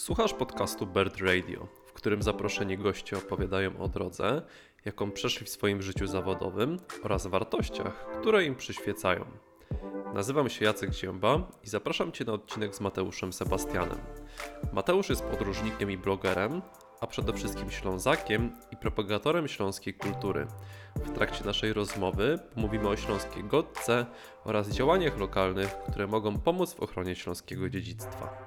Słuchasz podcastu Bird Radio, w którym zaproszeni goście opowiadają o drodze, jaką przeszli w swoim życiu zawodowym oraz wartościach, które im przyświecają. Nazywam się Jacek Zięba i zapraszam Cię na odcinek z Mateuszem Sebastianem. Mateusz jest podróżnikiem i blogerem, a przede wszystkim Ślązakiem i propagatorem śląskiej kultury. W trakcie naszej rozmowy pomówimy o śląskiej godce oraz działaniach lokalnych, które mogą pomóc w ochronie śląskiego dziedzictwa.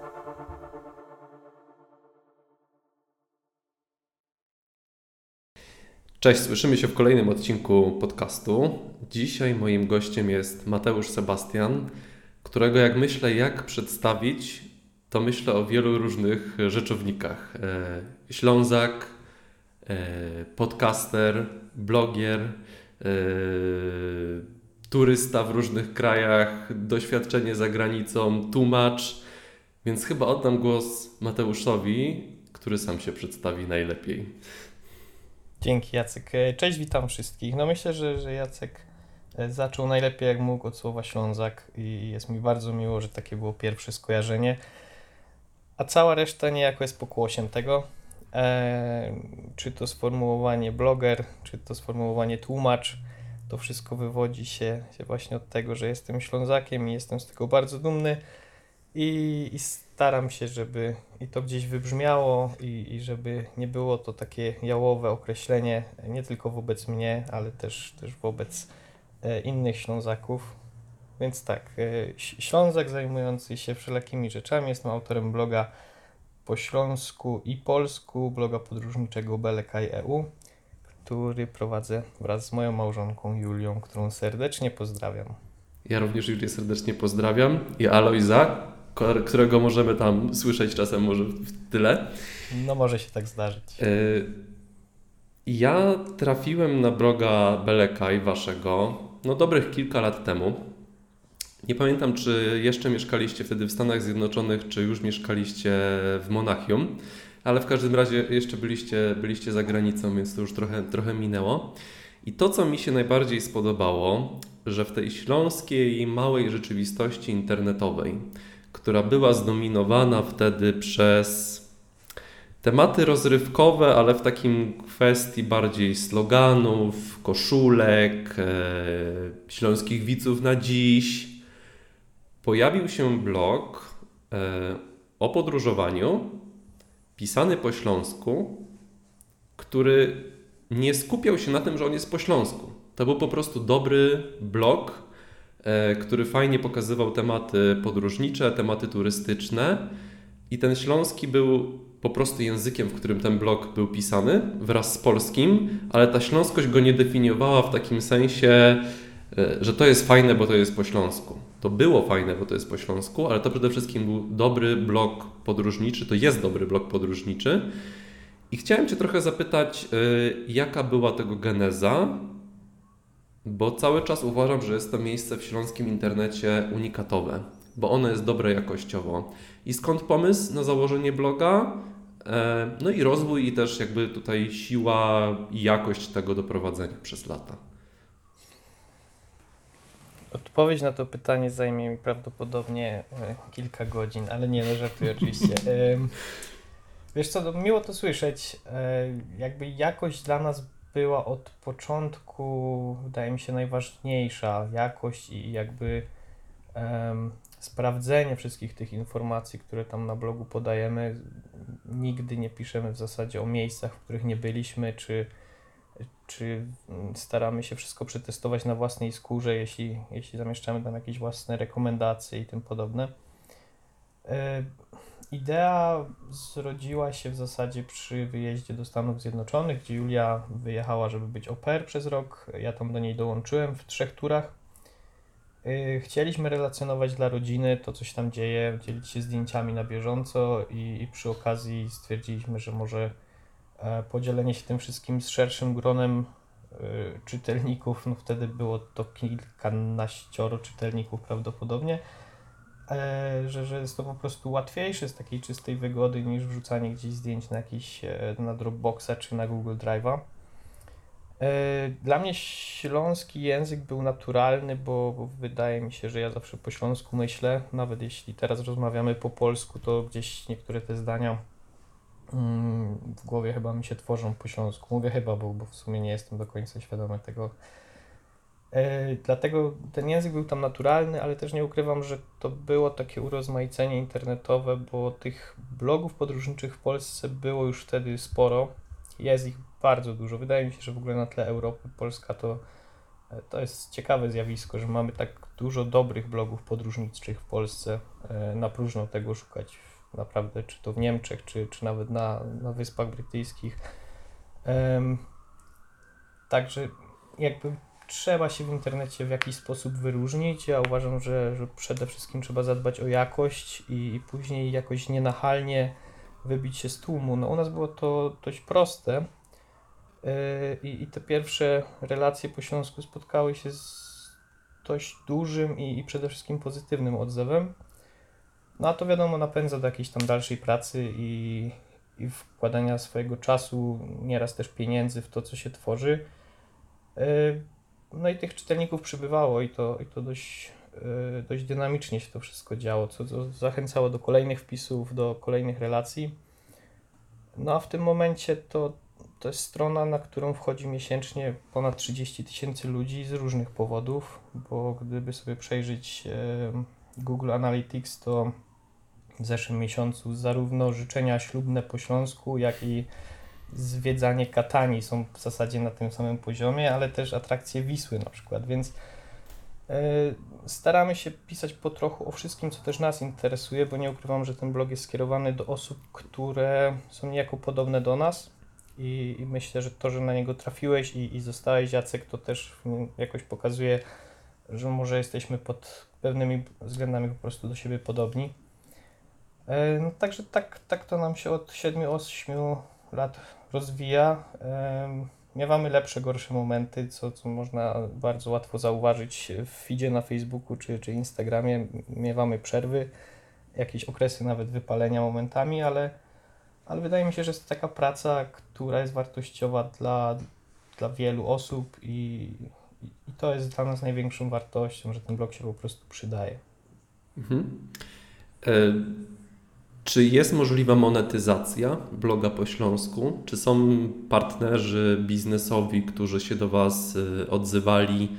Cześć, słyszymy się w kolejnym odcinku podcastu. Dzisiaj moim gościem jest Mateusz Sebastian, którego jak myślę, jak przedstawić, to myślę o wielu różnych rzeczownikach. Ślązak, podcaster, blogier, turysta w różnych krajach, doświadczenie za granicą, tłumacz. Więc chyba oddam głos Mateuszowi, który sam się przedstawi najlepiej. Dzięki, Jacek. Cześć, witam wszystkich. No myślę, że Jacek zaczął najlepiej jak mógł od słowa Ślązak i jest mi bardzo miło, że takie było pierwsze skojarzenie, a cała reszta niejako jest pokłosiem tego. Czy to sformułowanie bloger, czy to sformułowanie tłumacz, to wszystko wywodzi się właśnie od tego, że jestem Ślązakiem i jestem z tego bardzo dumny i staram się, żeby i to gdzieś wybrzmiało i żeby nie było to takie jałowe określenie nie tylko wobec mnie, ale też wobec innych Ślązaków. Więc tak, Ślązak zajmujący się wszelakimi rzeczami. Jestem autorem bloga po śląsku i polsku, bloga podróżniczego Belekaj.eu, który prowadzę wraz z moją małżonką Julią, którą serdecznie pozdrawiam. Ja również Julię serdecznie pozdrawiam i Alojza, którego możemy tam słyszeć czasem może w tyle. No może się tak zdarzyć. Ja trafiłem na bloga Belekaj waszego dobrych kilka lat temu. Nie pamiętam, czy jeszcze mieszkaliście wtedy w Stanach Zjednoczonych, czy już mieszkaliście w Monachium, ale w każdym razie jeszcze byliście za granicą, więc to już trochę minęło. I to, co mi się najbardziej spodobało, że w tej śląskiej małej rzeczywistości internetowej, która była zdominowana wtedy przez tematy rozrywkowe, ale w takim kwestii bardziej sloganów, koszulek, śląskich widzów na dziś, pojawił się blog o podróżowaniu, pisany po śląsku, który nie skupiał się na tym, że on jest po śląsku. To był po prostu dobry blog, który fajnie pokazywał tematy podróżnicze, tematy turystyczne i ten śląski był po prostu językiem, w którym ten blog był pisany wraz z polskim, ale ta śląskość go nie definiowała w takim sensie, że to jest fajne, bo to jest po śląsku. To było fajne, bo to jest po śląsku, ale to przede wszystkim był dobry blog podróżniczy, to jest dobry blog podróżniczy. I chciałem Cię trochę zapytać, jaka była tego geneza, bo cały czas uważam, że jest to miejsce w śląskim internecie unikatowe, bo ono jest dobre jakościowo. I skąd pomysł na założenie bloga? No i rozwój i też jakby tutaj siła i jakość tego doprowadzenia przez lata. Odpowiedź na to pytanie zajmie mi prawdopodobnie kilka godzin, ale nie, no żartuję oczywiście. Wiesz co, miło to słyszeć. Jakby jakość dla nas była od początku, wydaje mi się, najważniejsza. Jakość i jakby sprawdzenie wszystkich tych informacji, które tam na blogu podajemy. Nigdy nie piszemy w zasadzie o miejscach, w których nie byliśmy, czy staramy się wszystko przetestować na własnej skórze, jeśli zamieszczamy tam jakieś własne rekomendacje i tym podobne. Idea zrodziła się w zasadzie przy wyjeździe do Stanów Zjednoczonych, gdzie Julia wyjechała, żeby być au pair przez rok. Ja tam do niej dołączyłem w 3 turach. Chcieliśmy relacjonować dla rodziny to, co się tam dzieje, dzielić się zdjęciami na bieżąco i przy okazji stwierdziliśmy, że może podzielenie się tym wszystkim z szerszym gronem czytelników, no wtedy było to kilkanaścioro czytelników prawdopodobnie, że jest to po prostu łatwiejsze z takiej czystej wygody niż wrzucanie gdzieś zdjęć na Dropboxa czy na Google Drive'a. Dla mnie śląski język był naturalny, bo wydaje mi się, że ja zawsze po śląsku myślę. Nawet jeśli teraz rozmawiamy po polsku, to gdzieś niektóre te zdania w głowie chyba mi się tworzą po śląsku. Mówię chyba, bo w sumie nie jestem do końca świadomy tego. Dlatego ten język był tam naturalny, ale też nie ukrywam, że to było takie urozmaicenie internetowe, bo tych blogów podróżniczych w Polsce było już wtedy sporo. Jest ich bardzo dużo. Wydaje mi się, że w ogóle na tle Europy Polska to jest ciekawe zjawisko, że mamy tak dużo dobrych blogów podróżniczych w Polsce. Na próżno tego szukać naprawdę, czy to w Niemczech, czy nawet na Wyspach Brytyjskich. Także jakby trzeba się w internecie w jakiś sposób wyróżnić. Ja uważam, że przede wszystkim trzeba zadbać o jakość i później jakoś nienachalnie wybić się z tłumu. No u nas było to dość proste i te pierwsze relacje po śląsku spotkały się z dość dużym i przede wszystkim pozytywnym odzewem. No a to wiadomo napędza do jakiejś tam dalszej pracy i wkładania swojego czasu, nieraz też pieniędzy w to, co się tworzy. No i tych czytelników przybywało i to dość dynamicznie się to wszystko działo, co zachęcało do kolejnych wpisów, do kolejnych relacji. No a w tym momencie to jest strona, na którą wchodzi miesięcznie ponad 30 000 ludzi z różnych powodów, bo gdyby sobie przejrzeć Google Analytics, to w zeszłym miesiącu zarówno życzenia ślubne po śląsku, jak i zwiedzanie Katani są w zasadzie na tym samym poziomie, ale też atrakcje Wisły na przykład, więc staramy się pisać po trochu o wszystkim, co też nas interesuje, bo nie ukrywam, że ten blog jest skierowany do osób, które są niejako podobne do nas i myślę, że to, że na niego trafiłeś i zostałeś, Jacek, to też jakoś pokazuje, że może jesteśmy pod pewnymi względami po prostu do siebie podobni. No, także tak to nam się od 7-8 lat rozwija. Miewamy lepsze, gorsze momenty, co można bardzo łatwo zauważyć w feedzie na Facebooku czy Instagramie. Miewamy przerwy, jakieś okresy nawet wypalenia momentami, ale wydaje mi się, że jest to taka praca, która jest wartościowa dla wielu osób i to jest dla nas największą wartością, że ten blog się po prostu przydaje. Mhm. Czy jest możliwa monetyzacja bloga po śląsku? Czy są partnerzy biznesowi, którzy się do Was odzywali,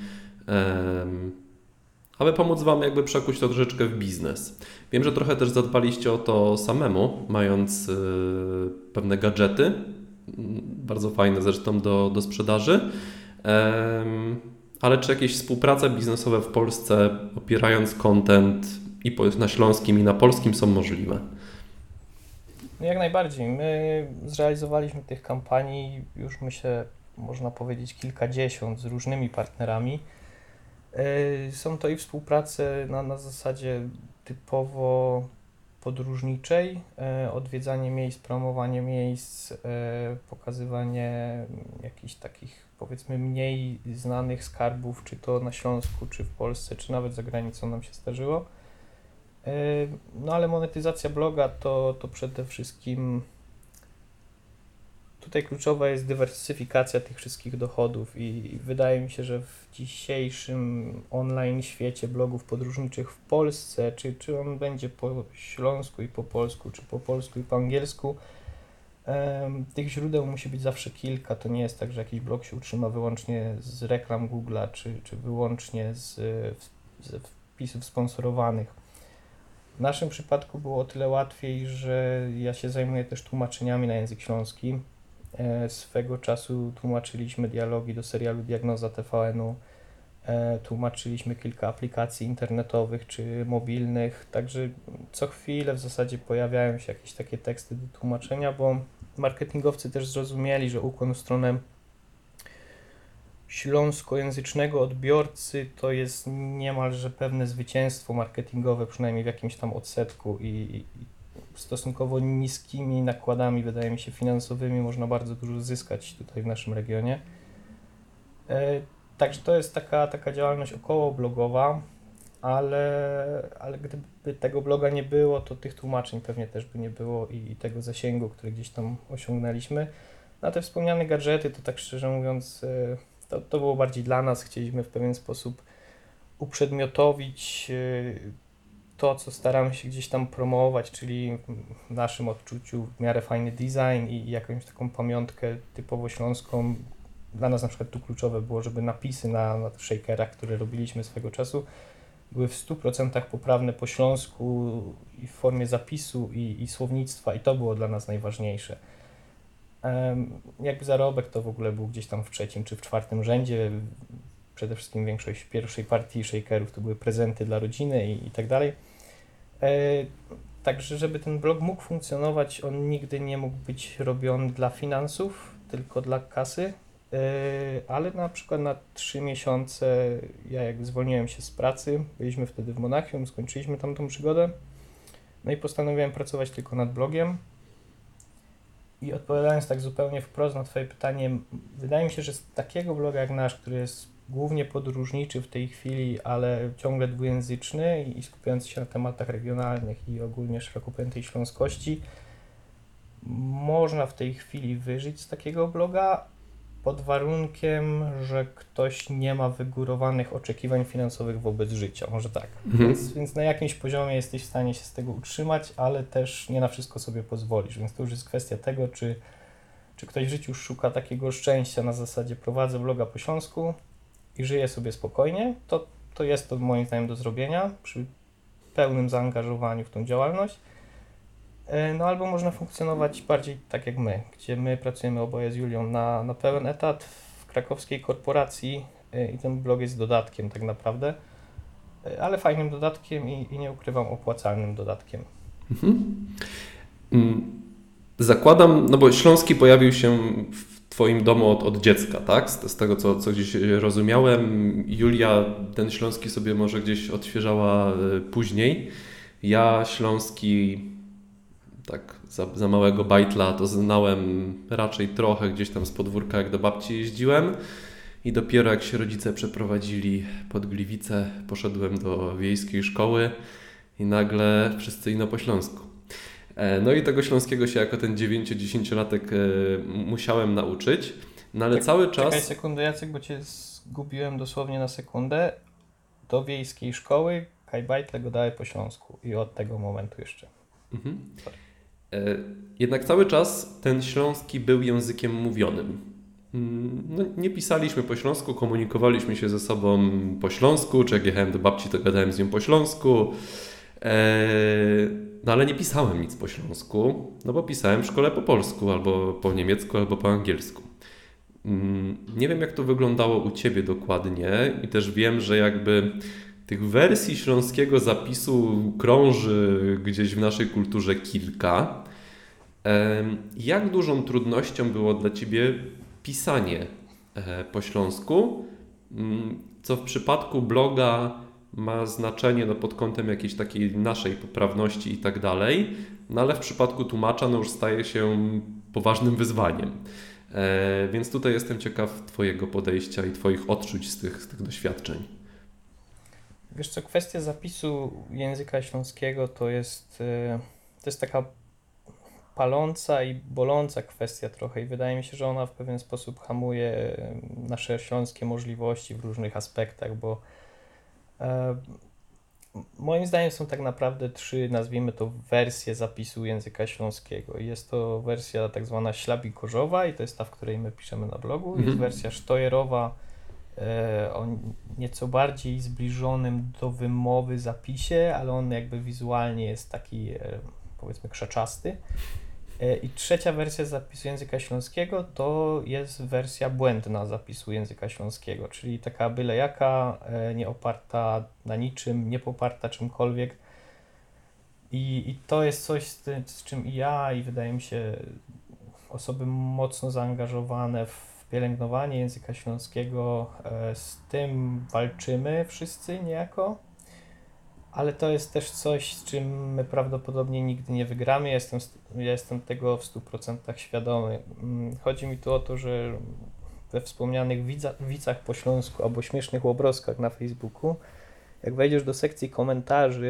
aby pomóc Wam jakby przekuć to troszeczkę w biznes? Wiem, że trochę też zadbaliście o to samemu, mając pewne gadżety, bardzo fajne zresztą do sprzedaży, ale czy jakieś współprace biznesowe w Polsce, opierając content i na śląskim i na polskim, są możliwe? No jak najbardziej. My zrealizowaliśmy tych kampanii już myślę, można powiedzieć kilkadziesiąt z różnymi partnerami. Są to i współprace na zasadzie typowo podróżniczej, odwiedzanie miejsc, promowanie miejsc, pokazywanie jakichś takich powiedzmy mniej znanych skarbów, czy to na Śląsku, czy w Polsce, czy nawet za granicą nam się zdarzyło. No ale monetyzacja bloga to przede wszystkim tutaj kluczowa jest dywersyfikacja tych wszystkich dochodów i wydaje mi się, że w dzisiejszym online świecie blogów podróżniczych w Polsce, czy on będzie po śląsku i po polsku, czy po polsku i po angielsku, tych źródeł musi być zawsze kilka. To nie jest tak, że jakiś blog się utrzyma wyłącznie z reklam Google'a, czy wyłącznie ze wpisów sponsorowanych. W naszym przypadku było o tyle łatwiej, że ja się zajmuję też tłumaczeniami na język śląski. Swego czasu tłumaczyliśmy dialogi do serialu Diagnoza TVN-u, tłumaczyliśmy kilka aplikacji internetowych czy mobilnych, także co chwilę w zasadzie pojawiają się jakieś takie teksty do tłumaczenia, bo marketingowcy też zrozumieli, że ukłon w stronę śląskojęzycznego odbiorcy to jest niemalże pewne zwycięstwo marketingowe, przynajmniej w jakimś tam odsetku i stosunkowo niskimi nakładami, wydaje mi się, finansowymi można bardzo dużo zyskać tutaj w naszym regionie. Także to jest taka działalność około blogowa, ale gdyby tego bloga nie było, to tych tłumaczeń pewnie też by nie było i tego zasięgu, który gdzieś tam osiągnęliśmy. Na te wspomniane gadżety, to tak szczerze mówiąc, to było bardziej dla nas. Chcieliśmy w pewien sposób uprzedmiotowić to, co staramy się gdzieś tam promować, czyli w naszym odczuciu w miarę fajny design i jakąś taką pamiątkę typowo śląską. Dla nas na przykład tu kluczowe było, żeby napisy na tych shakerach, które robiliśmy swego czasu, były w 100% poprawne po śląsku i w formie zapisu i słownictwa, i to było dla nas najważniejsze. Jakby zarobek to w ogóle był gdzieś tam w trzecim czy w czwartym rzędzie. Przede wszystkim większość pierwszej partii shakerów to były prezenty dla rodziny i tak dalej. Także żeby ten blog mógł funkcjonować, on nigdy nie mógł być robiony dla finansów, tylko dla kasy. Ale na przykład na 3 miesiące, ja jak zwolniłem się z pracy, byliśmy wtedy w Monachium, skończyliśmy tam tą przygodę, no i postanowiłem pracować tylko nad blogiem. I odpowiadając tak zupełnie wprost na Twoje pytanie, wydaje mi się, że z takiego bloga jak nasz, który jest głównie podróżniczy w tej chwili, ale ciągle dwujęzyczny i skupiający się na tematach regionalnych i ogólnie szeroko pojętej śląskości, można w tej chwili wyżyć z takiego bloga, pod warunkiem, że ktoś nie ma wygórowanych oczekiwań finansowych wobec życia, może tak. Więc na jakimś poziomie jesteś w stanie się z tego utrzymać, ale też nie na wszystko sobie pozwolisz, więc to już jest kwestia tego, czy ktoś w życiu szuka takiego szczęścia na zasadzie prowadzę bloga po śląsku i żyje sobie spokojnie, to jest to moim zdaniem do zrobienia przy pełnym zaangażowaniu w tą działalność. No albo można funkcjonować bardziej tak jak my, gdzie my pracujemy oboje z Julią na pełen etat w krakowskiej korporacji i ten blog jest dodatkiem tak naprawdę, ale fajnym dodatkiem i nie ukrywam opłacalnym dodatkiem. Zakładam, no bo Śląski pojawił się w Twoim domu od dziecka, tak? Z tego, co gdzieś rozumiałem. Julia ten Śląski sobie może gdzieś odświeżała później. Ja Śląski tak za małego bajtla to znałem raczej trochę gdzieś tam z podwórka, jak do babci jeździłem. I dopiero jak się rodzice przeprowadzili pod Gliwice, poszedłem do wiejskiej szkoły i nagle wszyscy ino po śląsku. No i tego śląskiego się jako ten 9-10-latek musiałem nauczyć, no ale cały czas... Czekaj sekundę, Jacek, bo Cię zgubiłem dosłownie na sekundę. Do wiejskiej szkoły Kaj bajtle go dały po śląsku i od tego momentu jeszcze. Jednak cały czas ten śląski był językiem mówionym. No, nie pisaliśmy po śląsku, komunikowaliśmy się ze sobą po śląsku, czy jak jechałem do babci, to gadałem z nią po śląsku. No ale nie pisałem nic po śląsku, no bo pisałem w szkole po polsku, albo po niemiecku, albo po angielsku. Nie wiem, jak to wyglądało u Ciebie dokładnie i też wiem, że jakby tych wersji śląskiego zapisu krąży gdzieś w naszej kulturze kilka. Jak dużą trudnością było dla Ciebie pisanie po śląsku, co w przypadku bloga ma znaczenie pod kątem jakiejś takiej naszej poprawności i tak dalej, no ale w przypadku tłumacza no już staje się poważnym wyzwaniem. Więc tutaj jestem ciekaw Twojego podejścia i Twoich odczuć z tych doświadczeń. Wiesz co, kwestia zapisu języka śląskiego to jest taka paląca i boląca kwestia trochę i wydaje mi się, że ona w pewien sposób hamuje nasze śląskie możliwości w różnych aspektach, bo moim zdaniem są tak naprawdę 3, nazwijmy to, wersje zapisu języka śląskiego. Jest to wersja tak zwana ślabikorzowa i to jest ta, w której my piszemy na blogu. Jest wersja sztojerowa o nieco bardziej zbliżonym do wymowy zapisie, ale on jakby wizualnie jest taki powiedzmy krzaczasty. I trzecia wersja zapisu języka śląskiego to jest wersja błędna zapisu języka śląskiego, czyli taka byle jaka, nie oparta na niczym, nie poparta czymkolwiek. I to jest coś, z czym i ja, i wydaje mi się osoby mocno zaangażowane w pielęgnowanie języka śląskiego, z tym walczymy wszyscy niejako. Ale to jest też coś, z czym my prawdopodobnie nigdy nie wygramy. Ja jestem tego w 100% świadomy. Chodzi mi tu o to, że we wspomnianych wicach po śląsku albo śmiesznych łobrozkach na Facebooku, jak wejdziesz do sekcji komentarzy,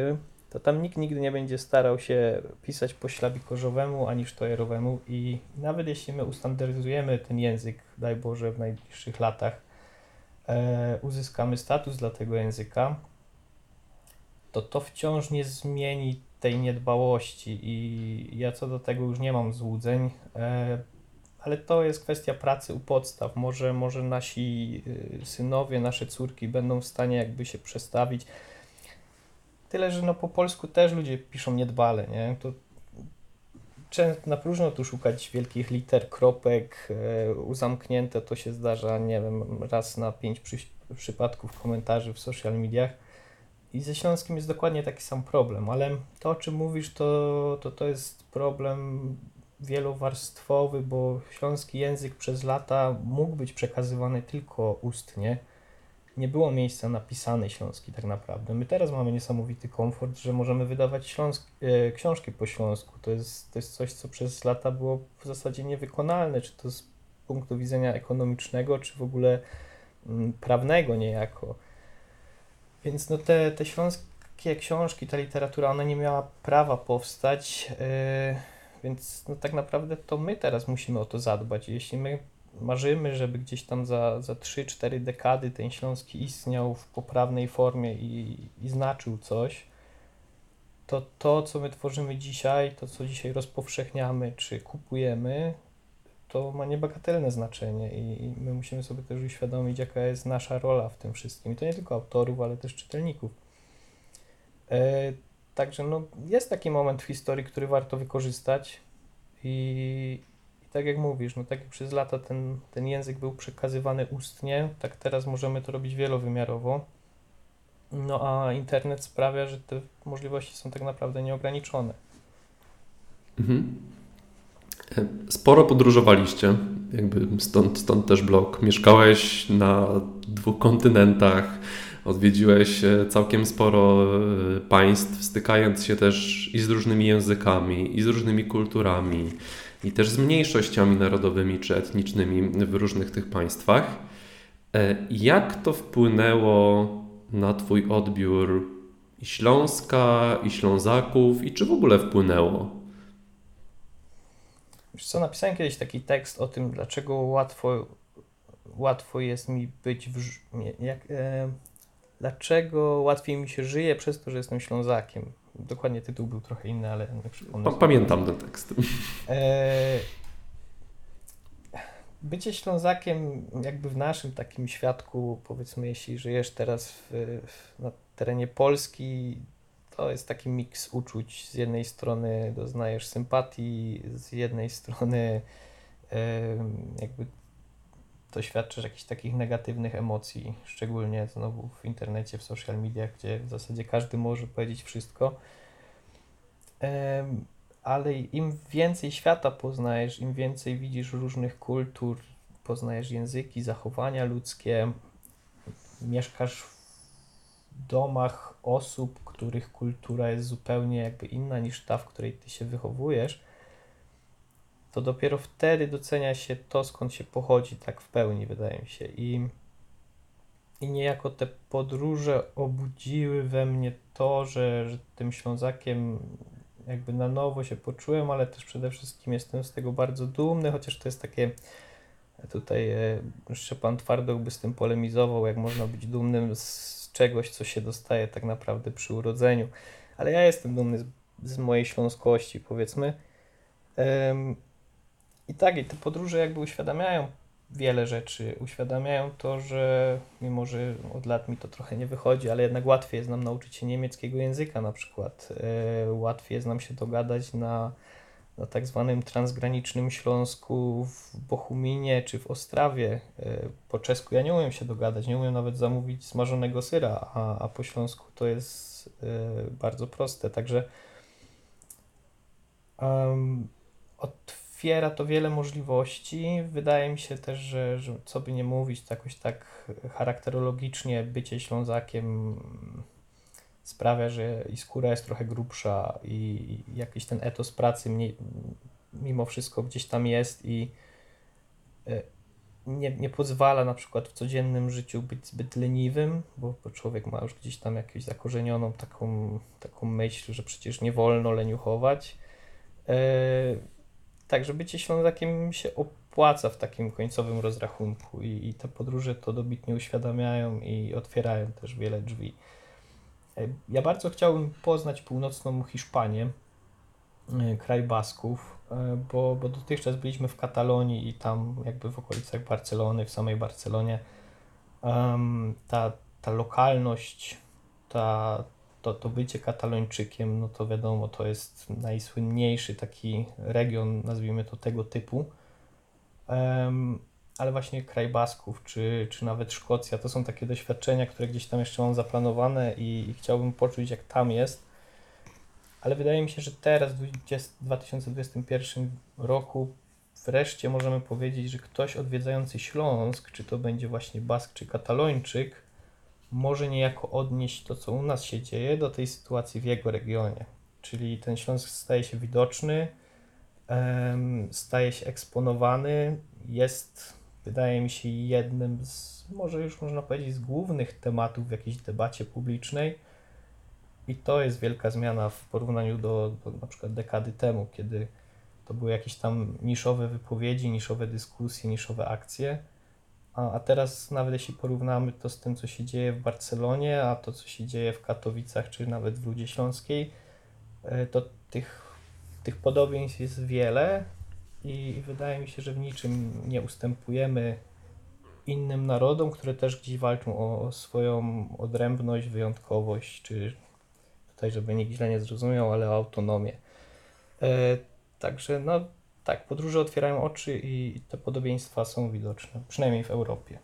to tam nikt nigdy nie będzie starał się pisać po ślabikorzowemu ani sztojerowemu i nawet jeśli my ustandaryzujemy ten język, daj Boże, w najbliższych latach, uzyskamy status dla tego języka, to wciąż nie zmieni tej niedbałości i ja co do tego już nie mam złudzeń, ale to jest kwestia pracy u podstaw. Może nasi synowie, nasze córki będą w stanie jakby się przestawić. Tyle, że no po polsku też ludzie piszą niedbale, nie? To często na próżno tu szukać wielkich liter, kropek, uzamknięte to się zdarza, nie wiem, raz na 5 przypadków komentarzy w social mediach. I ze śląskim jest dokładnie taki sam problem, ale to, o czym mówisz, to jest problem wielowarstwowy, bo śląski język przez lata mógł być przekazywany tylko ustnie. Nie było miejsca na pisany śląski tak naprawdę. My teraz mamy niesamowity komfort, że możemy wydawać książki po śląsku. To jest coś, co przez lata było w zasadzie niewykonalne, czy to z punktu widzenia ekonomicznego, czy w ogóle prawnego niejako. Więc no te śląskie książki, ta literatura, ona nie miała prawa powstać, więc no tak naprawdę to my teraz musimy o to zadbać. Jeśli my marzymy, żeby gdzieś tam za 3-4 dekady ten śląski istniał w poprawnej formie i znaczył coś, to, co my tworzymy dzisiaj, to, co dzisiaj rozpowszechniamy czy kupujemy, to ma niebagatelne znaczenie i my musimy sobie też uświadomić, jaka jest nasza rola w tym wszystkim. I to nie tylko autorów, ale też czytelników. Także no, jest taki moment w historii, który warto wykorzystać i tak jak mówisz, no tak jak przez lata ten język był przekazywany ustnie, tak teraz możemy to robić wielowymiarowo. No a internet sprawia, że te możliwości są tak naprawdę nieograniczone. Mhm. Sporo podróżowaliście, jakby stąd też blog. Mieszkałeś na 2 kontynentach, odwiedziłeś całkiem sporo państw, stykając się też i z różnymi językami, i z różnymi kulturami, i też z mniejszościami narodowymi czy etnicznymi w różnych tych państwach. Jak to wpłynęło na Twój odbiór i Śląska, i Ślązaków, i czy w ogóle wpłynęło? Wiesz co, napisałem kiedyś taki tekst o tym, dlaczego łatwo jest mi być dlaczego łatwiej mi się żyje przez to, że jestem Ślązakiem. Dokładnie tytuł był trochę inny, ale nie przypomnę sobie. Pamiętam ten tekst. E, Bycie Ślązakiem jakby w naszym takim świadku, powiedzmy, jeśli żyjesz teraz na terenie Polski, to jest taki miks uczuć. Z jednej strony doznajesz sympatii, z jednej strony jakby doświadczysz jakichś takich negatywnych emocji, szczególnie znowu w internecie, w social mediach, gdzie w zasadzie każdy może powiedzieć wszystko. Ale im więcej świata poznajesz, im więcej widzisz różnych kultur, poznajesz języki, zachowania ludzkie, mieszkasz w domach osób, których kultura jest zupełnie jakby inna niż ta, w której ty się wychowujesz, to dopiero wtedy docenia się to, skąd się pochodzi, tak w pełni, wydaje mi się. I niejako te podróże obudziły we mnie to, że tym Ślązakiem jakby na nowo się poczułem, ale też przede wszystkim jestem z tego bardzo dumny, chociaż to jest takie, tutaj Szczepan Twardog by z tym polemizował, jak można być dumnym z czegoś, co się dostaje tak naprawdę przy urodzeniu, ale ja jestem dumny z mojej śląskości, powiedzmy. I tak, i te podróże jakby uświadamiają wiele rzeczy. Uświadamiają to, że mimo, że od lat mi to trochę nie wychodzi, ale jednak łatwiej jest nam nauczyć się niemieckiego języka na przykład. Łatwiej jest nam się dogadać na tak zwanym transgranicznym Śląsku w Bochuminie czy w Ostrawie. Po czesku ja nie umiem się dogadać, nie umiem nawet zamówić smażonego syra, a po śląsku to jest bardzo proste. Także otwiera to wiele możliwości. Wydaje mi się też, że co by nie mówić, to jakoś tak charakterologicznie bycie Ślązakiem sprawia, że i skóra jest trochę grubsza i jakiś ten etos pracy mimo wszystko gdzieś tam jest nie pozwala na przykład w codziennym życiu być zbyt leniwym, bo człowiek ma już gdzieś tam jakąś zakorzenioną taką myśl, że przecież nie wolno leniuchować. Także bycie Ślązakiem się opłaca w takim końcowym rozrachunku i te podróże to dobitnie uświadamiają i otwierają też wiele drzwi. Ja bardzo chciałbym poznać północną Hiszpanię, kraj Basków, bo dotychczas byliśmy w Katalonii i tam jakby w okolicach Barcelony, w samej Barcelonie, ta lokalność, to bycie Katalończykiem, no to wiadomo, to jest najsłynniejszy taki region, nazwijmy to tego typu. Ale właśnie kraj Basków, czy nawet Szkocja, to są takie doświadczenia, które gdzieś tam jeszcze mam zaplanowane i chciałbym poczuć, jak tam jest. Ale wydaje mi się, że teraz, w 2021 roku, wreszcie możemy powiedzieć, że ktoś odwiedzający Śląsk, czy to będzie właśnie Bask, czy Katalończyk, może niejako odnieść to, co u nas się dzieje, do tej sytuacji w jego regionie. Czyli ten Śląsk staje się widoczny, staje się eksponowany, jest, wydaje mi się, jednym z, może już można powiedzieć, z głównych tematów w jakiejś debacie publicznej. I to jest wielka zmiana w porównaniu do na przykład dekady temu, kiedy to były jakieś tam niszowe wypowiedzi, niszowe dyskusje, niszowe akcje. A teraz nawet jeśli porównamy to z tym, co się dzieje w Barcelonie, a to, co się dzieje w Katowicach, czy nawet w Rudzie Śląskiej, to tych podobieństw jest wiele i wydaje mi się, że w niczym nie ustępujemy innym narodom, które też gdzieś walczą o swoją odrębność, wyjątkowość, czy tutaj, żeby nikt źle nie zrozumiał, ale o autonomię. Także no tak, podróże otwierają oczy i te podobieństwa są widoczne, przynajmniej w Europie.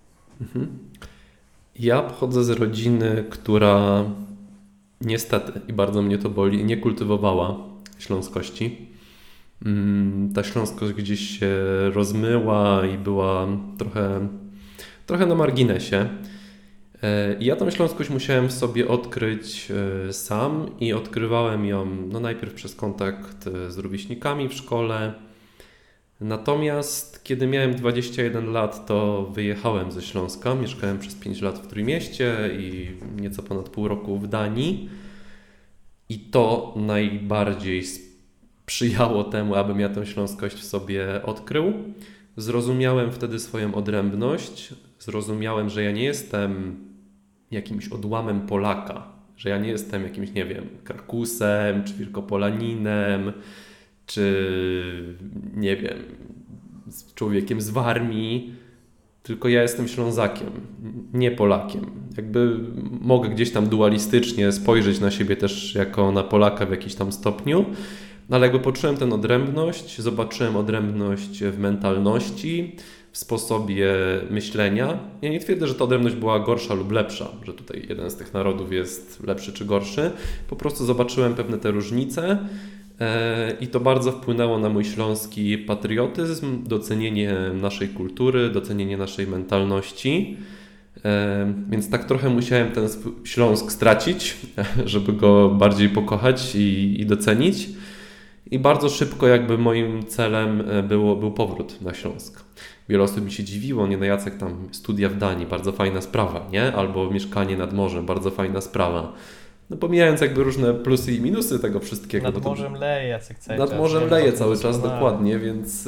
Ja pochodzę z rodziny, która niestety, i bardzo mnie to boli, nie kultywowała śląskości. Ta śląskość gdzieś się rozmyła i była trochę na marginesie. I ja tą śląskość musiałem w sobie odkryć sam i odkrywałem ją najpierw przez kontakt z rówieśnikami w szkole. Natomiast kiedy miałem 21 lat, to wyjechałem ze Śląska. Mieszkałem przez 5 lat w Trójmieście i nieco ponad pół roku w Danii. I to najbardziej sprzyjało temu, abym ja tę śląskość w sobie odkrył. Zrozumiałem wtedy swoją odrębność. Zrozumiałem, że ja nie jestem jakimś odłamem Polaka, że ja nie jestem jakimś, nie wiem, Krakusem, czy Wielkopolaninem, czy nie wiem, człowiekiem z Warmii, tylko ja jestem Ślązakiem, nie Polakiem. Jakby mogę gdzieś tam dualistycznie spojrzeć na siebie też jako na Polaka w jakimś tam stopniu, ale jakby poczułem tę odrębność, zobaczyłem odrębność w mentalności, w sposobie myślenia. Ja nie twierdzę, że ta odrębność była gorsza lub lepsza, że tutaj jeden z tych narodów jest lepszy czy gorszy. Po prostu zobaczyłem pewne te różnice i to bardzo wpłynęło na mój śląski patriotyzm, docenienie naszej kultury, docenienie naszej mentalności. Więc tak trochę musiałem ten Śląsk stracić, żeby go bardziej pokochać i docenić. I bardzo szybko jakby moim celem był powrót na Śląsk. Wiele osób mi się dziwiło, nie, no Jacek, tam studia w Danii, bardzo fajna sprawa, nie? Albo mieszkanie nad morzem, bardzo fajna sprawa. No pomijając jakby różne plusy i minusy tego wszystkiego. Nad morzem leje Jacek cały czas. Nad morzem leje cały czas, dokładnie, więc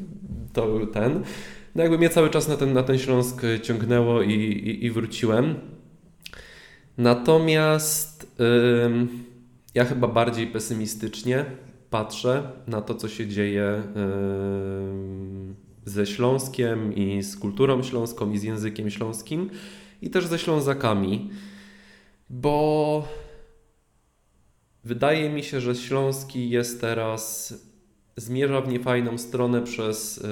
no jakby mnie cały czas na ten Śląsk ciągnęło i wróciłem. Natomiast ja chyba bardziej pesymistycznie patrzę na to, co się dzieje ze Śląskiem i z kulturą śląską i z językiem śląskim i też ze Ślązakami, bo wydaje mi się, że Śląski jest teraz, zmierza w niefajną stronę przez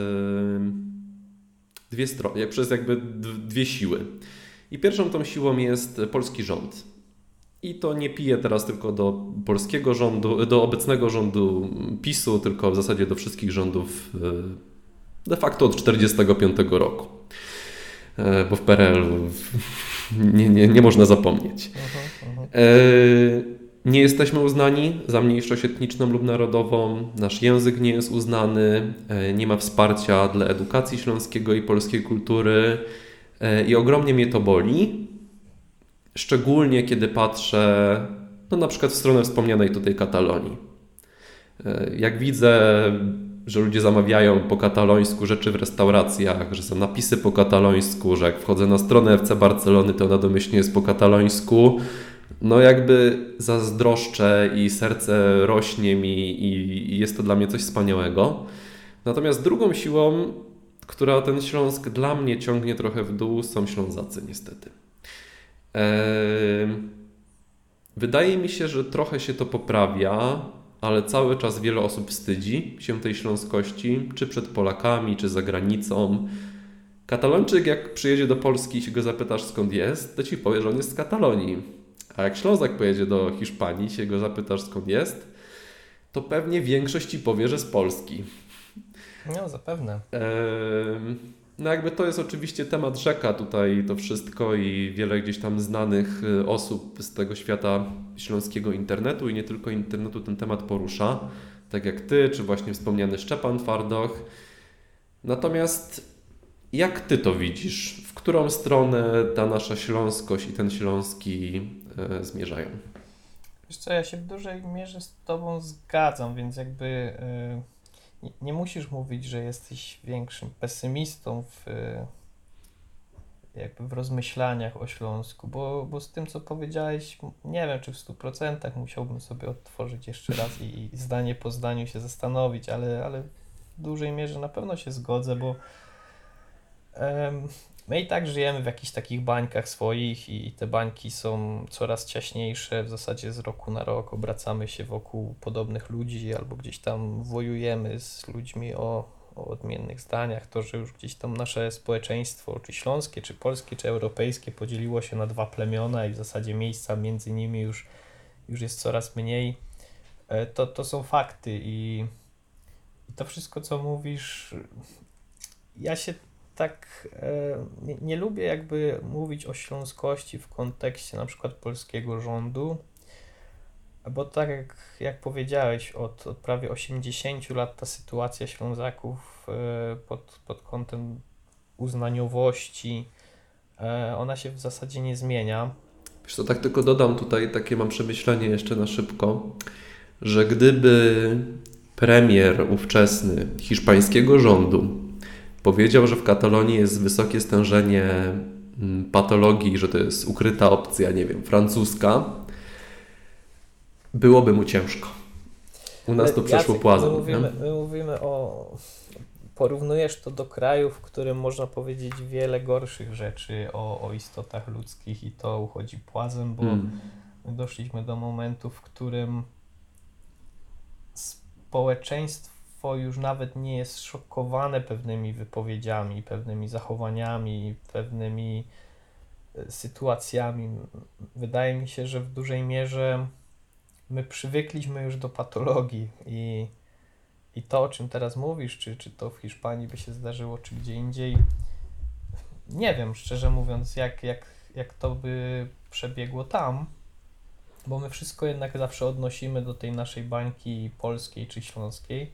dwie strony, przez jakby dwie siły. I pierwszą tą siłą jest polski rząd. I to nie piję teraz tylko do polskiego rządu, do obecnego rządu PiS-u, tylko w zasadzie do wszystkich rządów de facto od 1945 roku. Bo w PRL-u nie można zapomnieć. Nie jesteśmy uznani za mniejszość etniczną lub narodową, nasz język nie jest uznany, nie ma wsparcia dla edukacji śląskiego i polskiej kultury i ogromnie mnie to boli, szczególnie kiedy patrzę no na przykład w stronę wspomnianej tutaj Katalonii. Jak widzę, że ludzie zamawiają po katalońsku rzeczy w restauracjach, że są napisy po katalońsku, że jak wchodzę na stronę FC Barcelony, to ona domyślnie jest po katalońsku, no jakby zazdroszczę i serce rośnie mi i jest to dla mnie coś wspaniałego. Natomiast drugą siłą, która ten Śląsk dla mnie ciągnie trochę w dół, są Ślązacy niestety. Wydaje mi się, że trochę się to poprawia, ale cały czas wiele osób wstydzi się tej śląskości, czy przed Polakami, czy za granicą. Katalończyk, jak przyjedzie do Polski i się go zapytasz skąd jest, to ci powie, że on jest z Katalonii. A jak Ślązak pojedzie do Hiszpanii, się go zapytasz skąd jest, to pewnie większość ci powie, że z Polski. No, zapewne. No jakby to jest oczywiście temat rzeka tutaj to wszystko i wiele gdzieś tam znanych osób z tego świata śląskiego internetu i nie tylko internetu ten temat porusza, tak jak ty, czy właśnie wspomniany Szczepan Twardoch. Natomiast jak ty to widzisz? W którą stronę ta nasza śląskość i ten śląski zmierzają? Wiesz co, ja się w dużej mierze z tobą zgadzam, więc jakby nie musisz mówić, że jesteś większym pesymistą jakby w rozmyślaniach o Śląsku, bo z tym, co powiedziałeś, nie wiem, czy w 100% musiałbym sobie odtworzyć jeszcze raz i zdanie po zdaniu się zastanowić, ale w dużej mierze na pewno się zgodzę, bo my i tak żyjemy w jakichś takich bańkach swoich i te bańki są coraz ciaśniejsze, w zasadzie z roku na rok obracamy się wokół podobnych ludzi albo gdzieś tam wojujemy z ludźmi o odmiennych zdaniach. To, że już gdzieś tam nasze społeczeństwo, czy śląskie, czy polskie, czy europejskie podzieliło się na dwa plemiona i w zasadzie miejsca między nimi już jest coraz mniej, to są fakty i to wszystko, co mówisz, ja się tak nie lubię jakby mówić o śląskości w kontekście na przykład polskiego rządu, bo tak jak powiedziałeś, od prawie 80 lat ta sytuacja Ślązaków pod kątem uznaniowości, ona się w zasadzie nie zmienia. Wiesz co, tak tylko dodam tutaj, takie mam przemyślenie jeszcze na szybko, że gdyby premier ówczesny hiszpańskiego rządu powiedział, że w Katalonii jest wysokie stężenie patologii, że to jest ukryta opcja, nie wiem, francuska, byłoby mu ciężko. U nas to przeszło płazem. My mówimy porównujesz to do kraju, w którym można powiedzieć wiele gorszych rzeczy o istotach ludzkich i to uchodzi płazem, bo my doszliśmy do momentu, w którym społeczeństwo już nawet nie jest szokowane pewnymi wypowiedziami, pewnymi zachowaniami, pewnymi sytuacjami. Wydaje mi się, że w dużej mierze my przywykliśmy już do patologii i to, o czym teraz mówisz, czy to w Hiszpanii by się zdarzyło, czy gdzie indziej, nie wiem, szczerze mówiąc, jak to by przebiegło tam, bo my wszystko jednak zawsze odnosimy do tej naszej bańki polskiej czy śląskiej,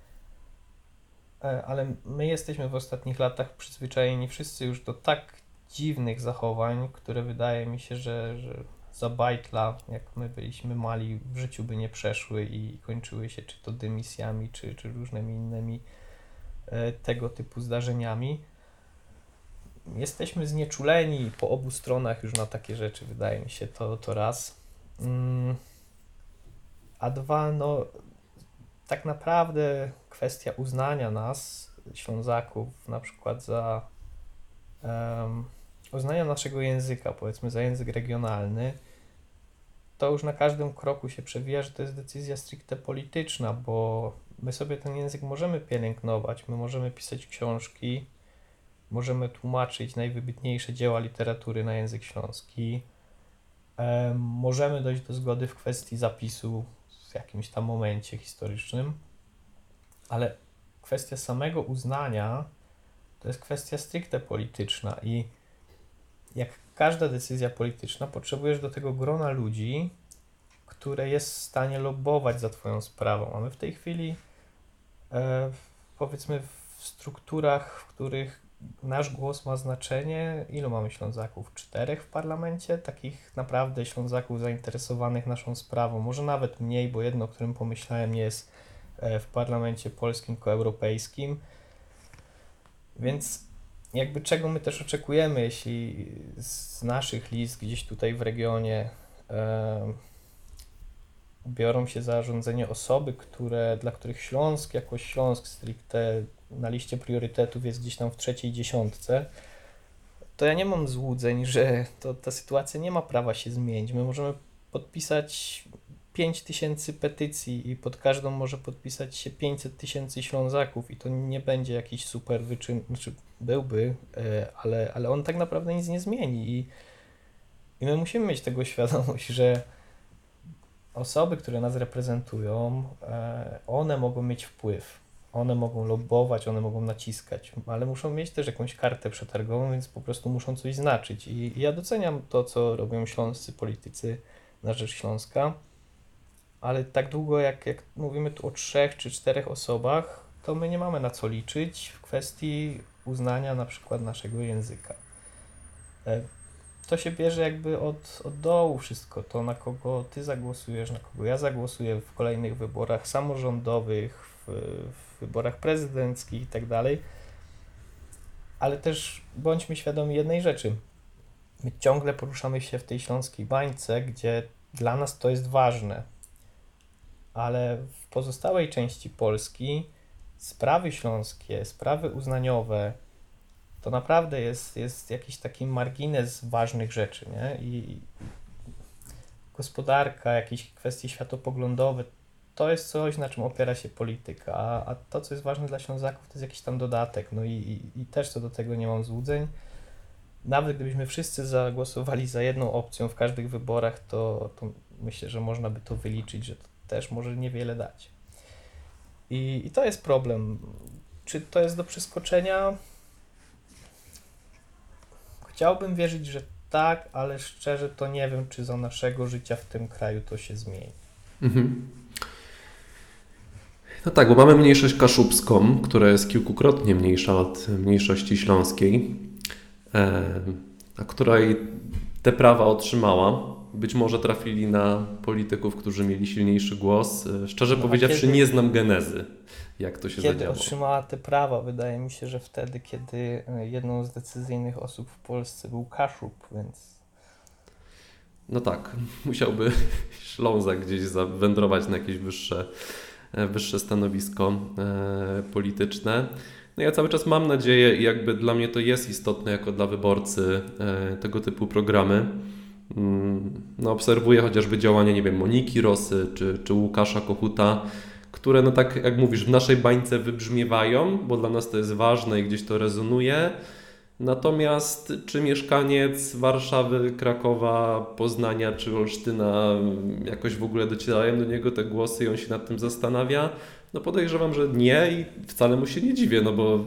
ale my jesteśmy w ostatnich latach przyzwyczajeni wszyscy już do tak dziwnych zachowań, które wydaje mi się, że za bajtla, jak my byliśmy mali, w życiu by nie przeszły i kończyły się czy to dymisjami, czy różnymi innymi tego typu zdarzeniami. Jesteśmy znieczuleni po obu stronach już na takie rzeczy, wydaje mi się, to raz. A dwa, no tak naprawdę kwestia uznania nas, Ślązaków, na przykład za uznania naszego języka, powiedzmy za język regionalny, to już na każdym kroku się przewija, że to jest decyzja stricte polityczna, bo my sobie ten język możemy pielęgnować, my możemy pisać książki, możemy tłumaczyć najwybitniejsze dzieła literatury na język śląski, możemy dojść do zgody w kwestii zapisu w jakimś tam momencie historycznym, ale kwestia samego uznania to jest kwestia stricte polityczna i jak każda decyzja polityczna potrzebujesz do tego grona ludzi, które jest w stanie lobbować za Twoją sprawą. Mamy w tej chwili, powiedzmy, w strukturach, w których nasz głos ma znaczenie. Ilu mamy Ślązaków? 4 w parlamencie? Takich naprawdę Ślązaków zainteresowanych naszą sprawą. Może nawet mniej, bo jedno, o którym pomyślałem, nie jest w parlamencie polskim, tylko europejskim. Więc jakby czego my też oczekujemy, jeśli z naszych list gdzieś tutaj w regionie biorą się za rządzenie osoby, dla których Śląsk, jako Śląsk stricte na liście priorytetów jest gdzieś tam w 3. dziesiątce, to ja nie mam złudzeń, że ta sytuacja nie ma prawa się zmienić. My możemy podpisać 5000 petycji i pod każdą może podpisać się 500 000 Ślązaków i to nie będzie jakiś super wyczyn, znaczy byłby, ale on tak naprawdę nic nie zmieni i my musimy mieć tego świadomość, że osoby, które nas reprezentują, one mogą mieć wpływ, one mogą lobbować, one mogą naciskać, ale muszą mieć też jakąś kartę przetargową, więc po prostu muszą coś znaczyć. I ja doceniam to, co robią śląscy politycy na rzecz Śląska, ale tak długo jak mówimy tu o 3 czy 4 osobach, to my nie mamy na co liczyć w kwestii uznania na przykład naszego języka. To się bierze jakby od dołu wszystko, to na kogo ty zagłosujesz, na kogo ja zagłosuję w kolejnych wyborach samorządowych, w wyborach prezydenckich i tak dalej. Ale też bądźmy świadomi jednej rzeczy. My ciągle poruszamy się w tej śląskiej bańce, gdzie dla nas to jest ważne, ale w pozostałej części Polski sprawy śląskie, sprawy uznaniowe, to naprawdę jest jakiś taki margines ważnych rzeczy, nie? I gospodarka, jakieś kwestie światopoglądowe, to jest coś, na czym opiera się polityka, a to, co jest ważne dla Ślązaków, to jest jakiś tam dodatek, no i też co do tego nie mam złudzeń. Nawet gdybyśmy wszyscy zagłosowali za jedną opcją w każdych wyborach, to myślę, że można by to wyliczyć, że to też może niewiele dać. I to jest problem. Czy to jest do przeskoczenia? Chciałbym wierzyć, że tak, ale szczerze to nie wiem, czy za naszego życia w tym kraju to się zmieni. Mhm. No tak, bo mamy mniejszość kaszubską, która jest kilkukrotnie mniejsza od mniejszości śląskiej, a której te prawa otrzymała. Być może trafili na polityków, którzy mieli silniejszy głos. Szczerze powiedziawszy, nie znam genezy, jak to się Kiedy zadziało. otrzymała te prawa? Wydaje mi się, że wtedy, kiedy jedną z decyzyjnych osób w Polsce był Kaszub, więc... No tak, musiałby Ślązak gdzieś zawędrować na jakieś wyższe stanowisko polityczne. No ja cały czas mam nadzieję i jakby dla mnie to jest istotne jako dla wyborcy tego typu programy. No obserwuję chociażby działania, nie wiem, Moniki Rosy czy Łukasza Kochuta, które no tak jak mówisz w naszej bańce wybrzmiewają, bo dla nas to jest ważne i gdzieś to rezonuje. Natomiast czy mieszkaniec Warszawy, Krakowa, Poznania czy Olsztyna jakoś w ogóle docierają do niego te głosy i on się nad tym zastanawia? No podejrzewam, że nie i wcale mu się nie dziwię, no bo